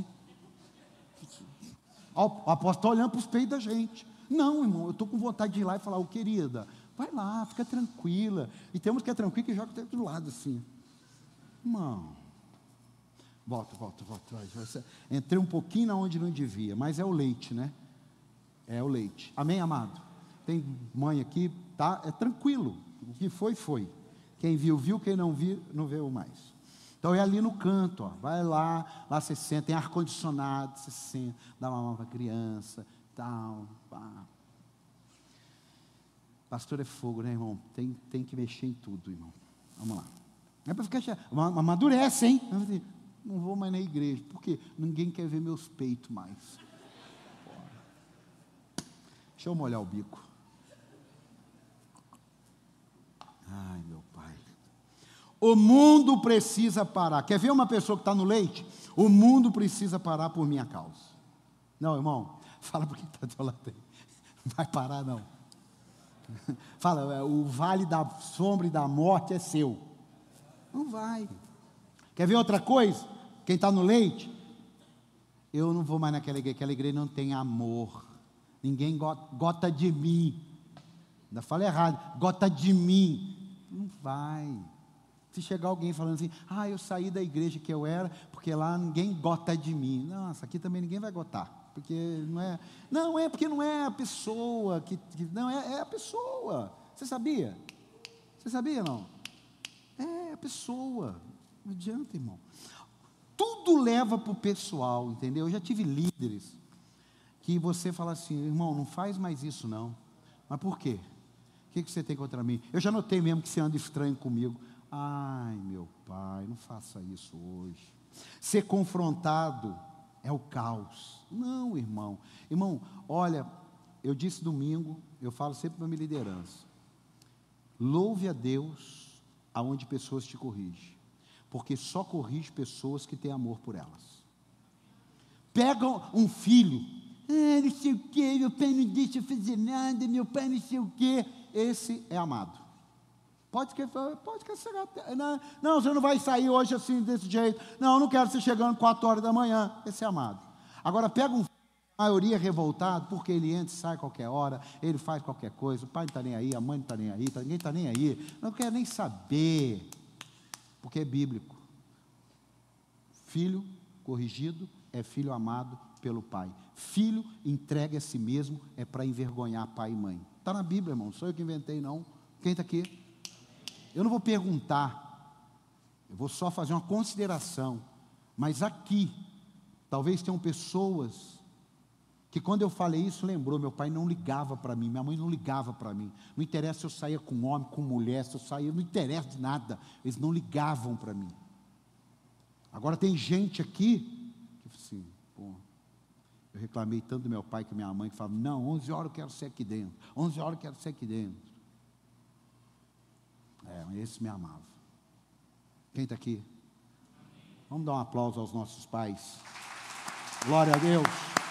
O apóstolo está olhando para os peitos da gente. Não, irmão, eu estou com vontade de ir lá e falar, ô querida, vai lá, fica tranquila. E temos que é tranquilo que joga até do lado assim. Irmão, volta, volta, volta. Entrei um pouquinho na onde não devia, mas é o leite, né? É o leite. Amém, amado? Tem mãe aqui, tá? É tranquilo. O que foi, foi. Quem viu, viu. Quem não viu, não viu mais. Então é ali no canto, ó. Vai lá, lá você senta, tem ar-condicionado, você senta, dá uma mão para a criança, tal, pá. Pastor é fogo, né, irmão? Tem, tem que mexer em tudo, irmão. Vamos lá. Não é para ficar chato. Amadurece, hein? Não vou mais na igreja. Por quê? Ninguém quer ver meus peitos mais. Deixa eu molhar o bico. Ai, meu pai. O mundo precisa parar. Quer ver uma pessoa que está no leite? O mundo precisa parar por minha causa. Não, irmão, fala para quem está do lado aí. Não vai parar, não. Fala, o vale da sombra e da morte é seu. Não vai. Quer ver outra coisa? Quem está no leite? Eu não vou mais naquela igreja. Aquela igreja não tem amor. Ninguém gota de mim. Ainda fala errado. Gota de mim. Não vai. Se chegar alguém falando assim, ah, eu saí da igreja que eu era, porque lá ninguém gota de mim. Nossa, aqui também ninguém vai gotar. Porque não é. Não, é porque não é a pessoa que. que não, é, é a pessoa. Você sabia? Você sabia, não? É a pessoa. Não adianta, irmão. Tudo leva para o pessoal, entendeu? Eu já tive líderes que você fala assim, irmão, não faz mais isso não. Mas por quê? O que, que você tem contra mim? Eu já notei mesmo que você anda estranho comigo. Ai, meu pai, não faça isso hoje. Ser confrontado é o caos. Não, irmão. Irmão, olha, eu disse domingo, eu falo sempre para minha liderança. Louve a Deus aonde pessoas te corrigem. Porque só corrige pessoas que têm amor por elas. Pega um filho, ah, não sei o que, meu pai não deixa eu fazer nada, meu pai não sei o que. Esse é amado. Pode que pode que chegar até, não, não, você não vai sair hoje assim, desse jeito. Não, eu não quero você chegando quatro horas da manhã. Esse é amado. Agora pega um filho, a maioria revoltado, porque ele entra e sai a qualquer hora, ele faz qualquer coisa, o pai não está nem aí, a mãe não está nem aí, ninguém está nem aí, não quer nem saber. Porque é bíblico. Filho corrigido é filho amado pelo pai. Filho entregue a si mesmo é para envergonhar pai e mãe. Está na Bíblia, irmão, não sou eu que inventei não. Quem está aqui? Eu não vou perguntar, eu vou só fazer uma consideração. Mas aqui, talvez tenham pessoas que quando eu falei isso, lembrou, meu pai não ligava para mim, minha mãe não ligava para mim. Não interessa se eu saía com homem, com mulher, se eu saía, não interessa de nada. Eles não ligavam para mim. Agora tem gente aqui, que assim, pô, eu reclamei tanto do meu pai que minha mãe, que fala, não, onze horas eu quero ser aqui dentro, onze horas eu quero ser aqui dentro. É, mas esse me amava. Quem está aqui? Vamos dar um aplauso aos nossos pais. Glória a Deus.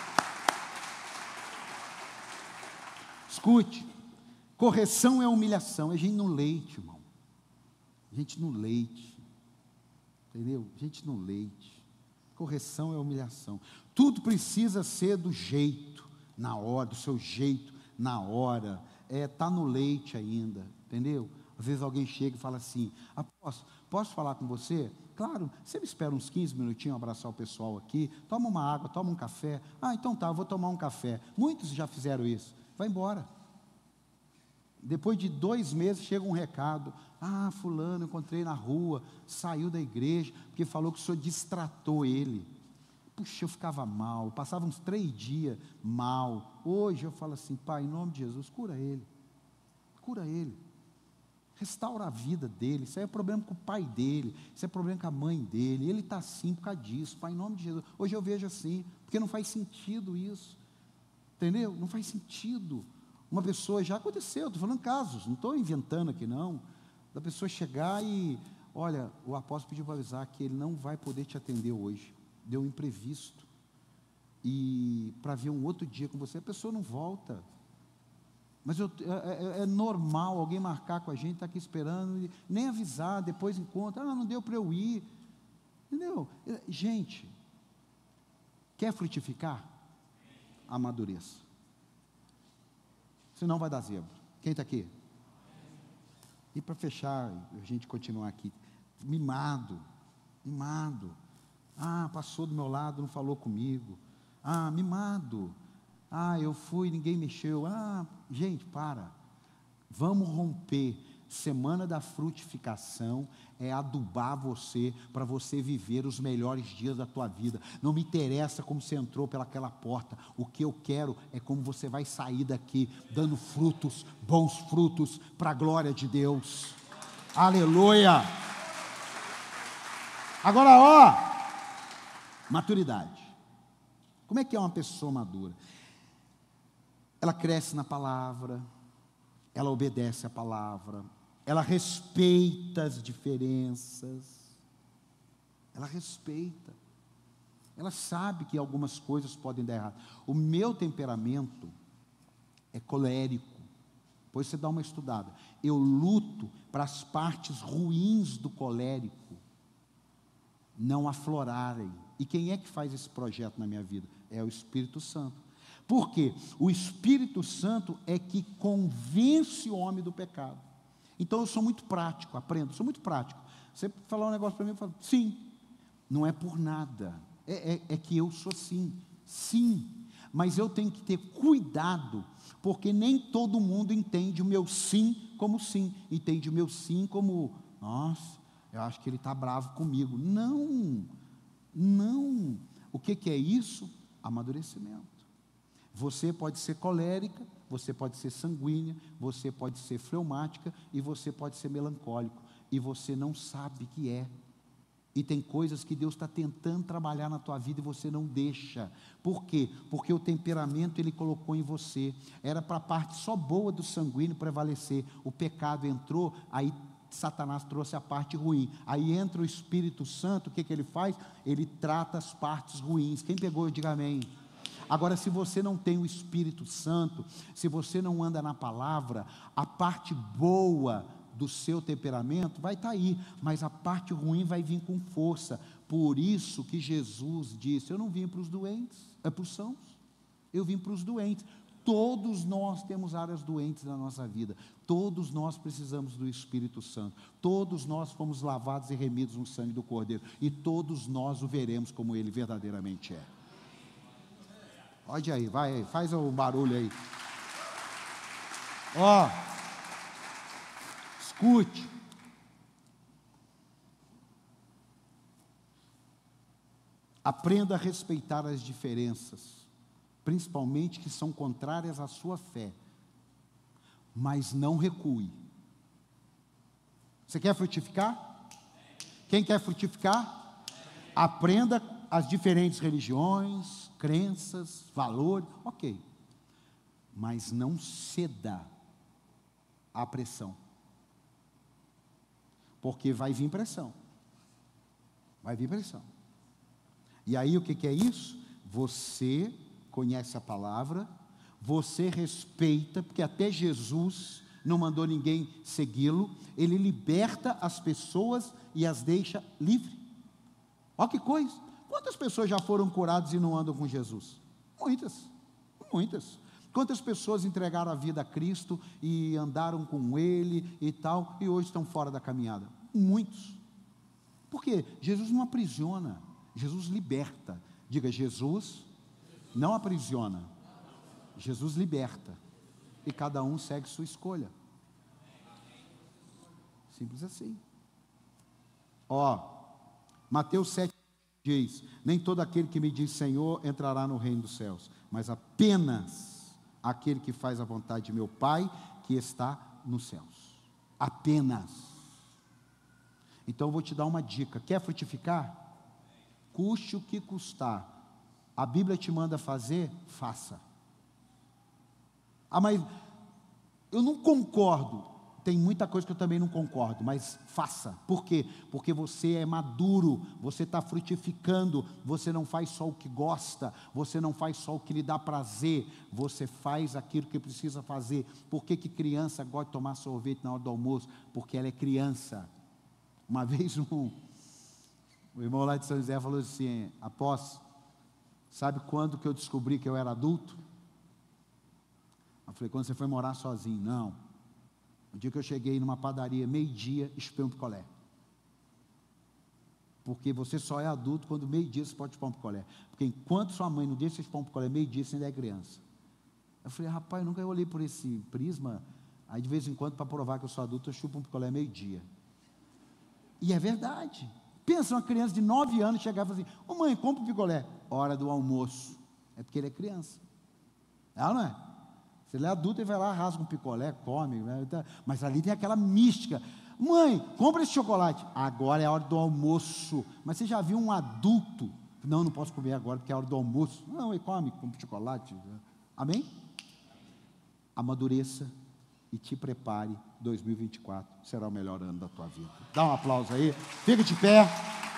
Escute, correção é humilhação, é gente no leite, irmão. Gente no leite. Entendeu? Gente no leite. Correção é humilhação. Tudo precisa ser do jeito, na hora, do seu jeito, na hora. É, tá no leite ainda, entendeu? Às vezes alguém chega e fala assim, apóstolo, posso falar com você? Claro, você me espera uns quinze minutinhos, abraçar o pessoal aqui, toma uma água, toma um café. Ah, então tá, eu vou tomar um café. Muitos já fizeram isso. Vai embora. Depois de dois meses chega um recado, ah, fulano, encontrei na rua, saiu da igreja, porque falou que o senhor distratou ele. Puxa, eu ficava mal, passava uns três dias mal. Hoje eu falo assim, pai, em nome de Jesus, cura ele. cura ele, restaura a vida dele. Isso aí é problema com o pai dele, isso é problema com a mãe dele, ele está assim por causa disso, Pai, em nome de Jesus. Hoje eu vejo assim, porque não faz sentido isso, entendeu? Não faz sentido. Uma pessoa, já aconteceu, estou falando casos, não estou inventando aqui não, da pessoa chegar e, olha, o apóstolo pediu para avisar que ele não vai poder te atender hoje, deu um imprevisto, e para ver um outro dia com você, a pessoa não volta. Mas eu, é, é normal alguém marcar com a gente, está aqui esperando, nem avisar, depois encontra, ah, não deu para eu ir, entendeu? Gente, quer frutificar? Amadureça, senão vai dar zebra. Quem está aqui? E para fechar, a gente continuar aqui, mimado, mimado, ah, passou do meu lado, não falou comigo, ah, mimado, ah, eu fui, ninguém mexeu, ah, gente, para, vamos romper. Semana da frutificação é adubar você, para você viver os melhores dias da tua vida. Não me interessa como você entrou pelaquela porta, o que eu quero é como você vai sair daqui, dando frutos, bons frutos, para a glória de Deus. Aleluia! Agora, ó, maturidade. Como é que é uma pessoa madura? Ela cresce na palavra, ela obedece a palavra, ela respeita as diferenças, ela respeita, ela sabe que algumas coisas podem dar errado. O meu temperamento é colérico, depois você dá uma estudada. Eu luto para as partes ruins do colérico não aflorarem. E quem é que faz esse projeto na minha vida? É o Espírito Santo. Por quê? O Espírito Santo é que convence o homem do pecado. Então eu sou muito prático, aprendo, sou muito prático. Você falar um negócio para mim, eu falo, sim, não é por nada, é, é, é que eu sou sim, sim, mas eu tenho que ter cuidado, porque nem todo mundo entende o meu sim como sim, entende o meu sim como, nossa, eu acho que ele está bravo comigo. Não, não, o que, que é isso? Amadurecimento. Você pode ser colérica, você pode ser sanguínea, você pode ser fleumática e você pode ser melancólico, e você não sabe que é. E tem coisas que Deus está tentando trabalhar na tua vida e você não deixa. Por quê? Porque o temperamento Ele colocou em você. Era para a parte só boa do sanguíneo prevalecer. O pecado entrou, aí Satanás trouxe a parte ruim. Aí entra o Espírito Santo, o que, que ele faz? Ele trata as partes ruins. Quem pegou, diga amém. Agora, se você não tem o Espírito Santo, se você não anda na palavra, a parte boa do seu temperamento vai estar aí, mas a parte ruim vai vir com força. Por isso que Jesus disse, eu não vim para os doentes, é para os sãos, eu vim para os doentes. Todos nós temos áreas doentes na nossa vida, todos nós precisamos do Espírito Santo, todos nós fomos lavados e remidos no sangue do Cordeiro, e todos nós o veremos como Ele verdadeiramente é. Olha aí, vai aí, faz o barulho aí. Ó, escute. Aprenda a respeitar as diferenças, principalmente que são contrárias à sua fé, mas não recue. Você quer frutificar? Quem quer frutificar? Aprenda as diferentes religiões, crenças, valores, ok, mas não ceda à pressão, porque vai vir pressão, vai vir pressão, e aí o que, que é isso? Você conhece a palavra, você respeita, porque até Jesus não mandou ninguém segui-lo, Ele liberta as pessoas e as deixa livres. Olha que coisa. Quantas pessoas já foram curadas e não andam com Jesus? Muitas, muitas. Quantas pessoas entregaram a vida a Cristo e andaram com Ele e tal, e hoje estão fora da caminhada? Muitos. Por quê? Jesus não aprisiona, Jesus liberta. Diga, Jesus não aprisiona, Jesus liberta, e cada um segue sua escolha. Simples assim. Ó, Mateus sete diz, nem todo aquele que me diz Senhor entrará no reino dos céus, mas apenas aquele que faz a vontade de meu Pai que está nos céus. Apenas. Então eu vou te dar uma dica. Quer frutificar? Custe o que custar. A Bíblia te manda fazer? Faça. Ah, mas eu não concordo. Tem muita coisa que eu também não concordo, mas faça. Por quê? Porque você é maduro, você está frutificando, você não faz só o que gosta, você não faz só o que lhe dá prazer, você faz aquilo que precisa fazer. Por que que criança gosta de tomar sorvete na hora do almoço? Porque ela é criança. Uma vez um, o irmão lá de São José falou assim: apóstolo, sabe quando que eu descobri que eu era adulto? Eu falei: quando você foi morar sozinho. Não. O dia que eu cheguei numa padaria, meio-dia, chupei um picolé. Porque você só é adulto quando meio-dia você pode chupar um picolé. Porque enquanto sua mãe não deixa você chupar um picolé, meio-dia você ainda é criança. Eu falei: rapaz, eu nunca olhei por esse prisma. Aí de vez em quando, para provar que eu sou adulto, eu chupo um picolé meio-dia. E é verdade. Pensa uma criança de nove anos chegar e falar assim: ô mãe, compra um picolé. Hora do almoço. É porque ele é criança. É ou não é? Se ele é adulto, ele vai lá, rasga um picolé, come, né? Mas ali tem aquela mística. Mãe, compra esse chocolate. Agora é a hora do almoço. Mas você já viu um adulto? Não, não posso comer agora porque é a hora do almoço. Não, ele come, compra chocolate. Amém? Amadureça e te prepare. dois mil e vinte e quatro será o melhor ano da tua vida. Dá um aplauso aí. Fica de pé.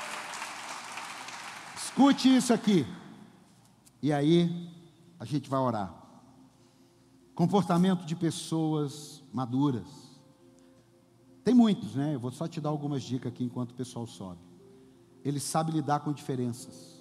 Escute isso aqui. E aí, a gente vai orar. Comportamento de pessoas maduras. Tem muitos, né? Eu vou só te dar algumas dicas aqui enquanto o pessoal sobe. Ele sabe lidar com diferenças.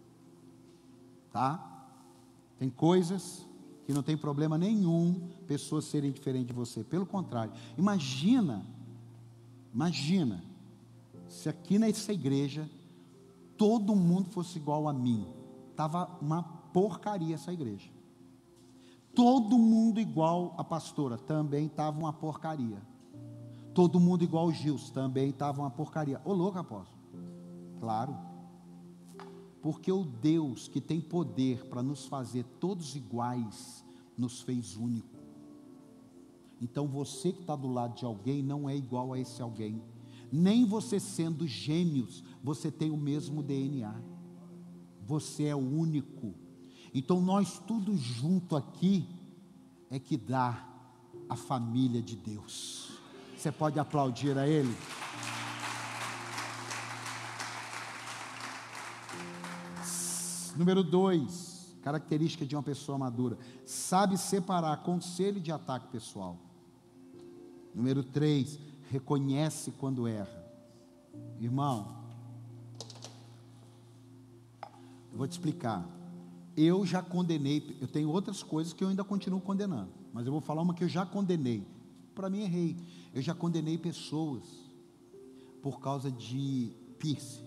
Tá? Tem coisas que não tem problema nenhum pessoas serem diferentes de você. Pelo contrário. Imagina, imagina, se aqui nessa igreja todo mundo fosse igual a mim. Estava uma porcaria essa igreja. Todo mundo igual a pastora, também estava uma porcaria. Todo mundo igual o Gils, também estava uma porcaria. Ô louco, apóstolo. Claro. Porque o Deus que tem poder para nos fazer todos iguais, nos fez único. Então você que está do lado de alguém, não é igual a esse alguém. Nem você sendo gêmeos, você tem o mesmo D N A. Você é o único. Então nós tudo junto aqui é que dá a família de Deus. Você pode aplaudir a Ele? Número dois, característica de uma pessoa madura: sabe separar conselho de ataque pessoal. Número três, reconhece quando erra. Irmão, eu vou te explicar. Eu já condenei, eu tenho outras coisas que eu ainda continuo condenando, mas eu vou falar uma que eu já condenei. Para mim, errei. Eu já condenei pessoas por causa de piercing.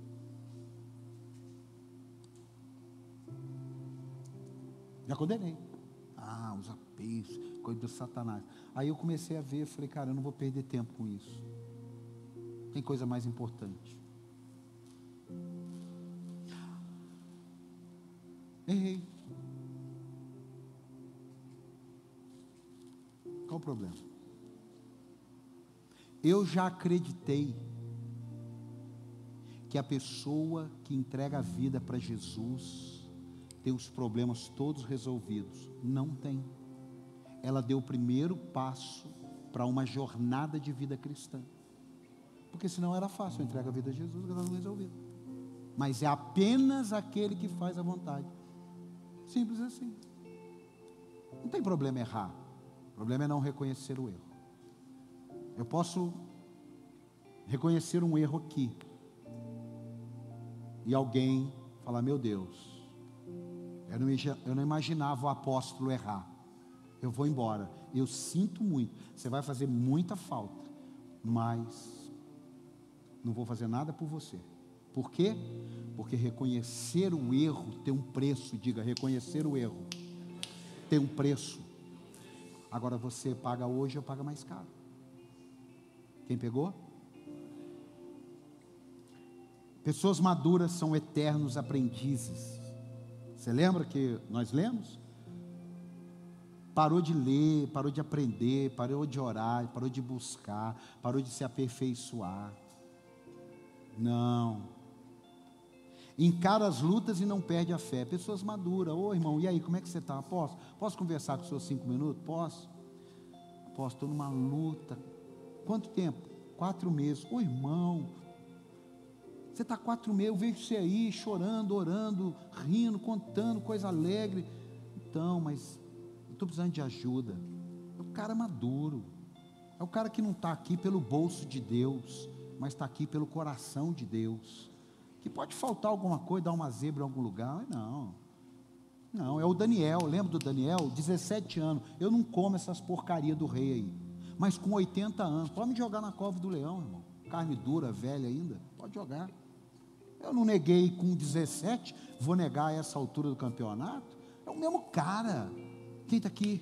Já condenei. Ah, usa piercing, coisa do Satanás. Aí eu comecei a ver, eu falei: cara, eu não vou perder tempo com isso. Tem coisa mais importante. Errei. Qual o problema? Eu já acreditei que a pessoa que entrega a vida para Jesus tem os problemas todos resolvidos. Não tem. Ela deu o primeiro passo para uma jornada de vida cristã. Porque senão era fácil, eu entrego a vida a Jesus, que está tudo resolvido. Mas é apenas aquele que faz a vontade. Simples assim. Não tem problema errar. O problema é não reconhecer o erro. Eu posso reconhecer um erro aqui e alguém falar: meu Deus, eu não, eu não imaginava o apóstolo errar. Eu vou embora. Eu sinto muito. Você vai fazer muita falta, mas não vou fazer nada por você. Por quê? Porque reconhecer o erro tem um preço. Diga: reconhecer o erro tem um preço. Agora você paga hoje ou paga mais caro? Quem pegou? Pessoas maduras são eternos aprendizes. Você lembra que nós lemos? parou de ler, parou de aprender, parou de orar, parou de buscar, parou de se aperfeiçoar. Não. Encara as lutas e não perde a fé. Pessoas maduras. Ô irmão, e aí, como é que você está? Posso? Posso conversar com os seus cinco minutos? Posso? Posso, estou numa luta. Quanto tempo? Quatro meses. Ô irmão, você está quatro meses, eu vejo você aí chorando, orando, rindo, contando, coisa alegre. Então, mas eu estou precisando de ajuda. É o cara maduro. É o cara que não está aqui pelo bolso de Deus, mas está aqui pelo coração de Deus. Que pode faltar alguma coisa, dar uma zebra em algum lugar, mas não. Não, é o Daniel, lembra do Daniel? dezessete anos, eu não como essas porcarias do rei aí. Mas com oitenta anos, pode me jogar na cova do leão, irmão. Carne dura, velha ainda, pode jogar. Eu não neguei com dezessete, vou negar a essa altura do campeonato. É o mesmo cara. Quem está aqui?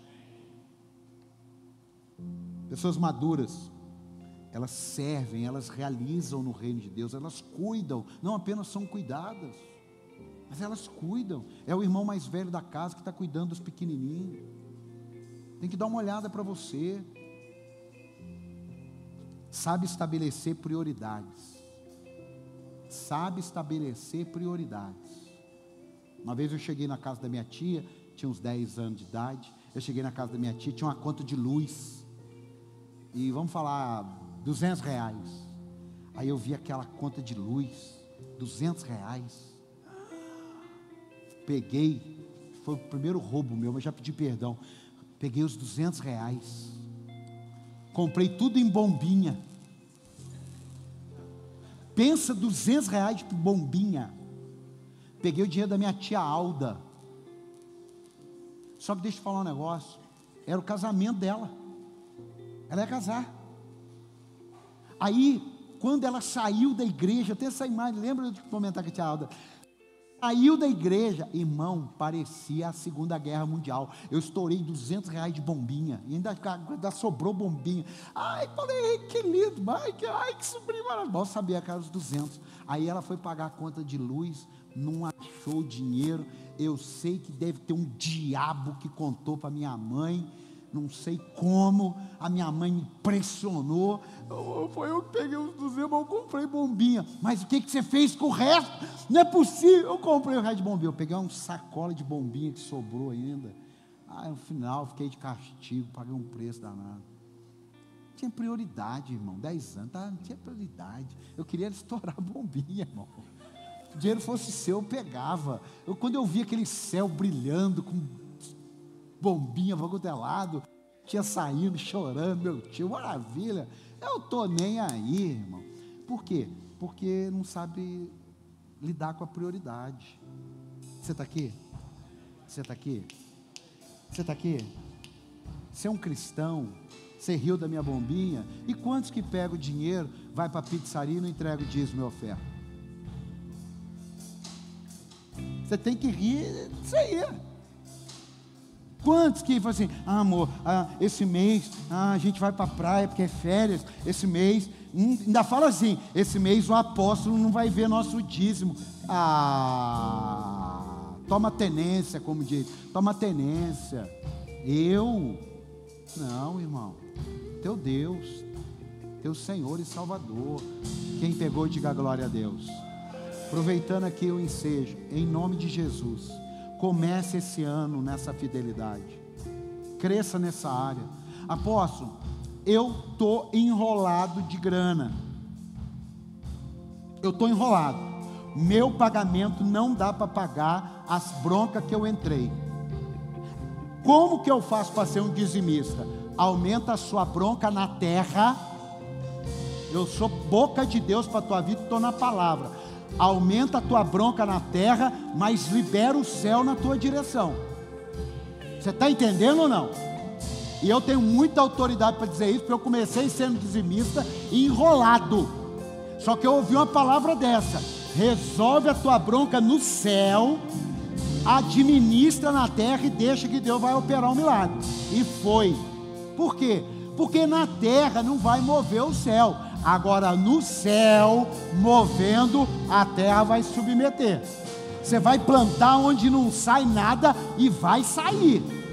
Pessoas maduras, elas servem, elas realizam no reino de Deus, elas cuidam, não apenas são cuidadas, mas elas cuidam. É o irmão mais velho da casa que está cuidando dos pequenininhos. Tem que dar uma olhada para você. Sabe estabelecer prioridades. Sabe estabelecer prioridades. Uma vez eu cheguei na casa da minha tia, tinha uns dez anos de idade. Eu cheguei na casa da minha tia, tinha uma conta de luz. E vamos falar, duzentos reais. Aí eu vi aquela conta de luz, duzentos reais. Peguei, foi o primeiro roubo meu, mas já pedi perdão. Peguei os duzentos reais. Comprei tudo em bombinha. Pensa, duzentos reais de bombinha. Peguei o dinheiro da minha tia Alda. Só que deixa eu falar um negócio. Era o casamento dela. Ela ia casar. Aí, quando ela saiu da igreja, até essa imagem, lembra de comentar com a tia Alda? Saiu da igreja, irmão, parecia a Segunda Guerra Mundial. Eu estourei duzentos reais de bombinha, e ainda, ainda sobrou bombinha. Ai, falei, que lindo, ai, que, ai, que sobrinho maravilhoso. Mal sabia que era os duzentos. Aí ela foi pagar a conta de luz, não achou dinheiro. Eu sei que deve ter um diabo que contou para minha mãe. Não sei como, a minha mãe me pressionou. Eu, foi eu que peguei os duzentos, eu comprei bombinha. Mas o que, que você fez com o resto? Não é possível. Eu comprei o resto de bombinha. Eu peguei uma sacola de bombinha que sobrou ainda. Ah, no final fiquei de castigo, paguei um preço danado. Tinha prioridade, irmão, dez anos, tá? Não tinha prioridade. Eu queria estourar a bombinha, irmão. Se o dinheiro fosse seu, eu pegava. Eu, quando eu vi aquele céu brilhando com bombinha, vagotelado, tinha saindo, chorando, meu tio, maravilha. Eu estou nem aí, irmão. Por quê? Porque não sabe lidar com a prioridade. Você está aqui? Você está aqui? Você está aqui? Você é um cristão, você riu da minha bombinha, e quantos que pegam o dinheiro, vai para a pizzaria e não entrega o dízimo e oferta? Você tem que rir disso aí. Quantos que falam assim, ah, amor, ah, esse mês ah, a gente vai para a praia porque é férias, esse mês, hum, ainda fala assim, esse mês o apóstolo não vai ver nosso dízimo. Ah, toma tenência, como diz, toma tenência. Eu, não, irmão, teu Deus, teu Senhor e Salvador. Quem pegou, diga glória a Deus. Aproveitando aqui o ensejo, em nome de Jesus, comece esse ano nessa fidelidade, cresça nessa área. Apóstolo, eu estou enrolado de grana, eu estou enrolado, meu pagamento não dá para pagar as broncas que eu entrei. Como que eu faço para ser um dizimista? Aumenta a sua bronca na terra. Eu sou boca de Deus para a tua vida, estou na palavra. Aumenta a tua bronca na terra, mas libera o céu na tua direção. Você está entendendo ou não? E eu tenho muita autoridade para dizer isso, porque eu comecei sendo dizimista e enrolado. Só que eu ouvi uma palavra dessa: resolve a tua bronca no céu, administra na terra e deixa que Deus vai operar um milagre. E foi. Por quê? Porque na terra não vai mover o céu. Agora no céu, movendo, a terra vai submeter. Você vai plantar onde não sai nada e vai sair.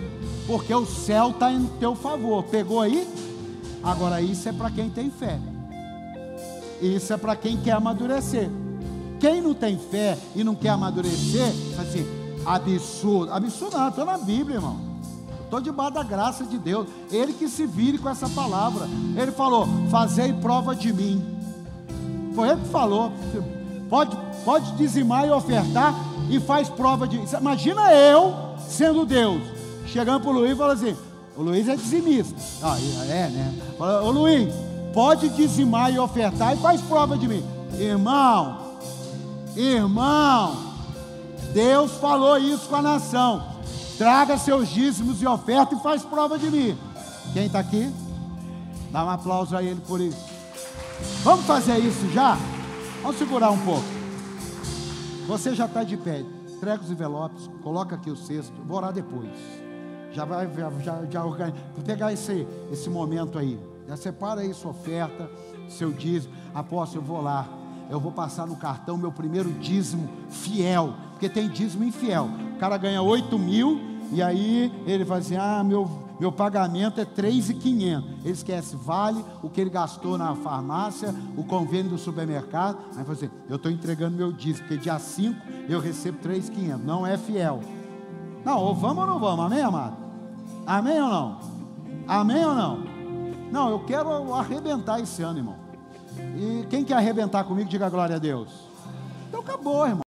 porque o céu está em teu favor. Pegou aí? Agora isso é para quem tem fé, isso é para quem quer amadurecer. Quem não tem fé e não quer amadurecer, fala assim, absurdo, absurdo não, estou na Bíblia, irmão, estou debaixo da graça de Deus, Ele que se vire com essa palavra. Ele falou, fazei prova de mim, foi Ele que falou, pode, pode dizimar e ofertar, e faz prova de mim. Imagina eu, sendo Deus, chegando para o Luiz e falando assim, o Luiz é dizimista, ah, é né, fala, ô Luiz, pode dizimar e ofertar, e faz prova de mim. Irmão, irmão, Deus falou isso com a nação, traga seus dízimos e oferta e faz prova de mim. Quem está aqui? Dá um aplauso a Ele por isso. Vamos fazer isso já? Vamos segurar um pouco. Você já está de pé, entrega os envelopes, coloca aqui o cesto, vou orar depois. Já vai, já, já, já organiza, vou pegar esse, esse momento aí, já separa aí sua oferta, seu dízimo. Apóstolo, eu vou lá, eu vou passar no cartão meu primeiro dízimo fiel, porque tem dízimo infiel. O cara ganha oito mil e aí ele fala assim, ah, meu, meu pagamento é três mil e quinhentos. Ele esquece, vale o que ele gastou na farmácia, o convênio do supermercado. Aí fala assim, eu estou entregando meu dízimo, porque dia cinco eu recebo três mil e quinhentos, não é fiel. Não, ou vamos ou não vamos, amém, amado? Amém ou não? Amém ou não? Não, eu quero arrebentar esse ano, irmão. E quem quer arrebentar comigo, diga glória a Deus. Então acabou, irmão.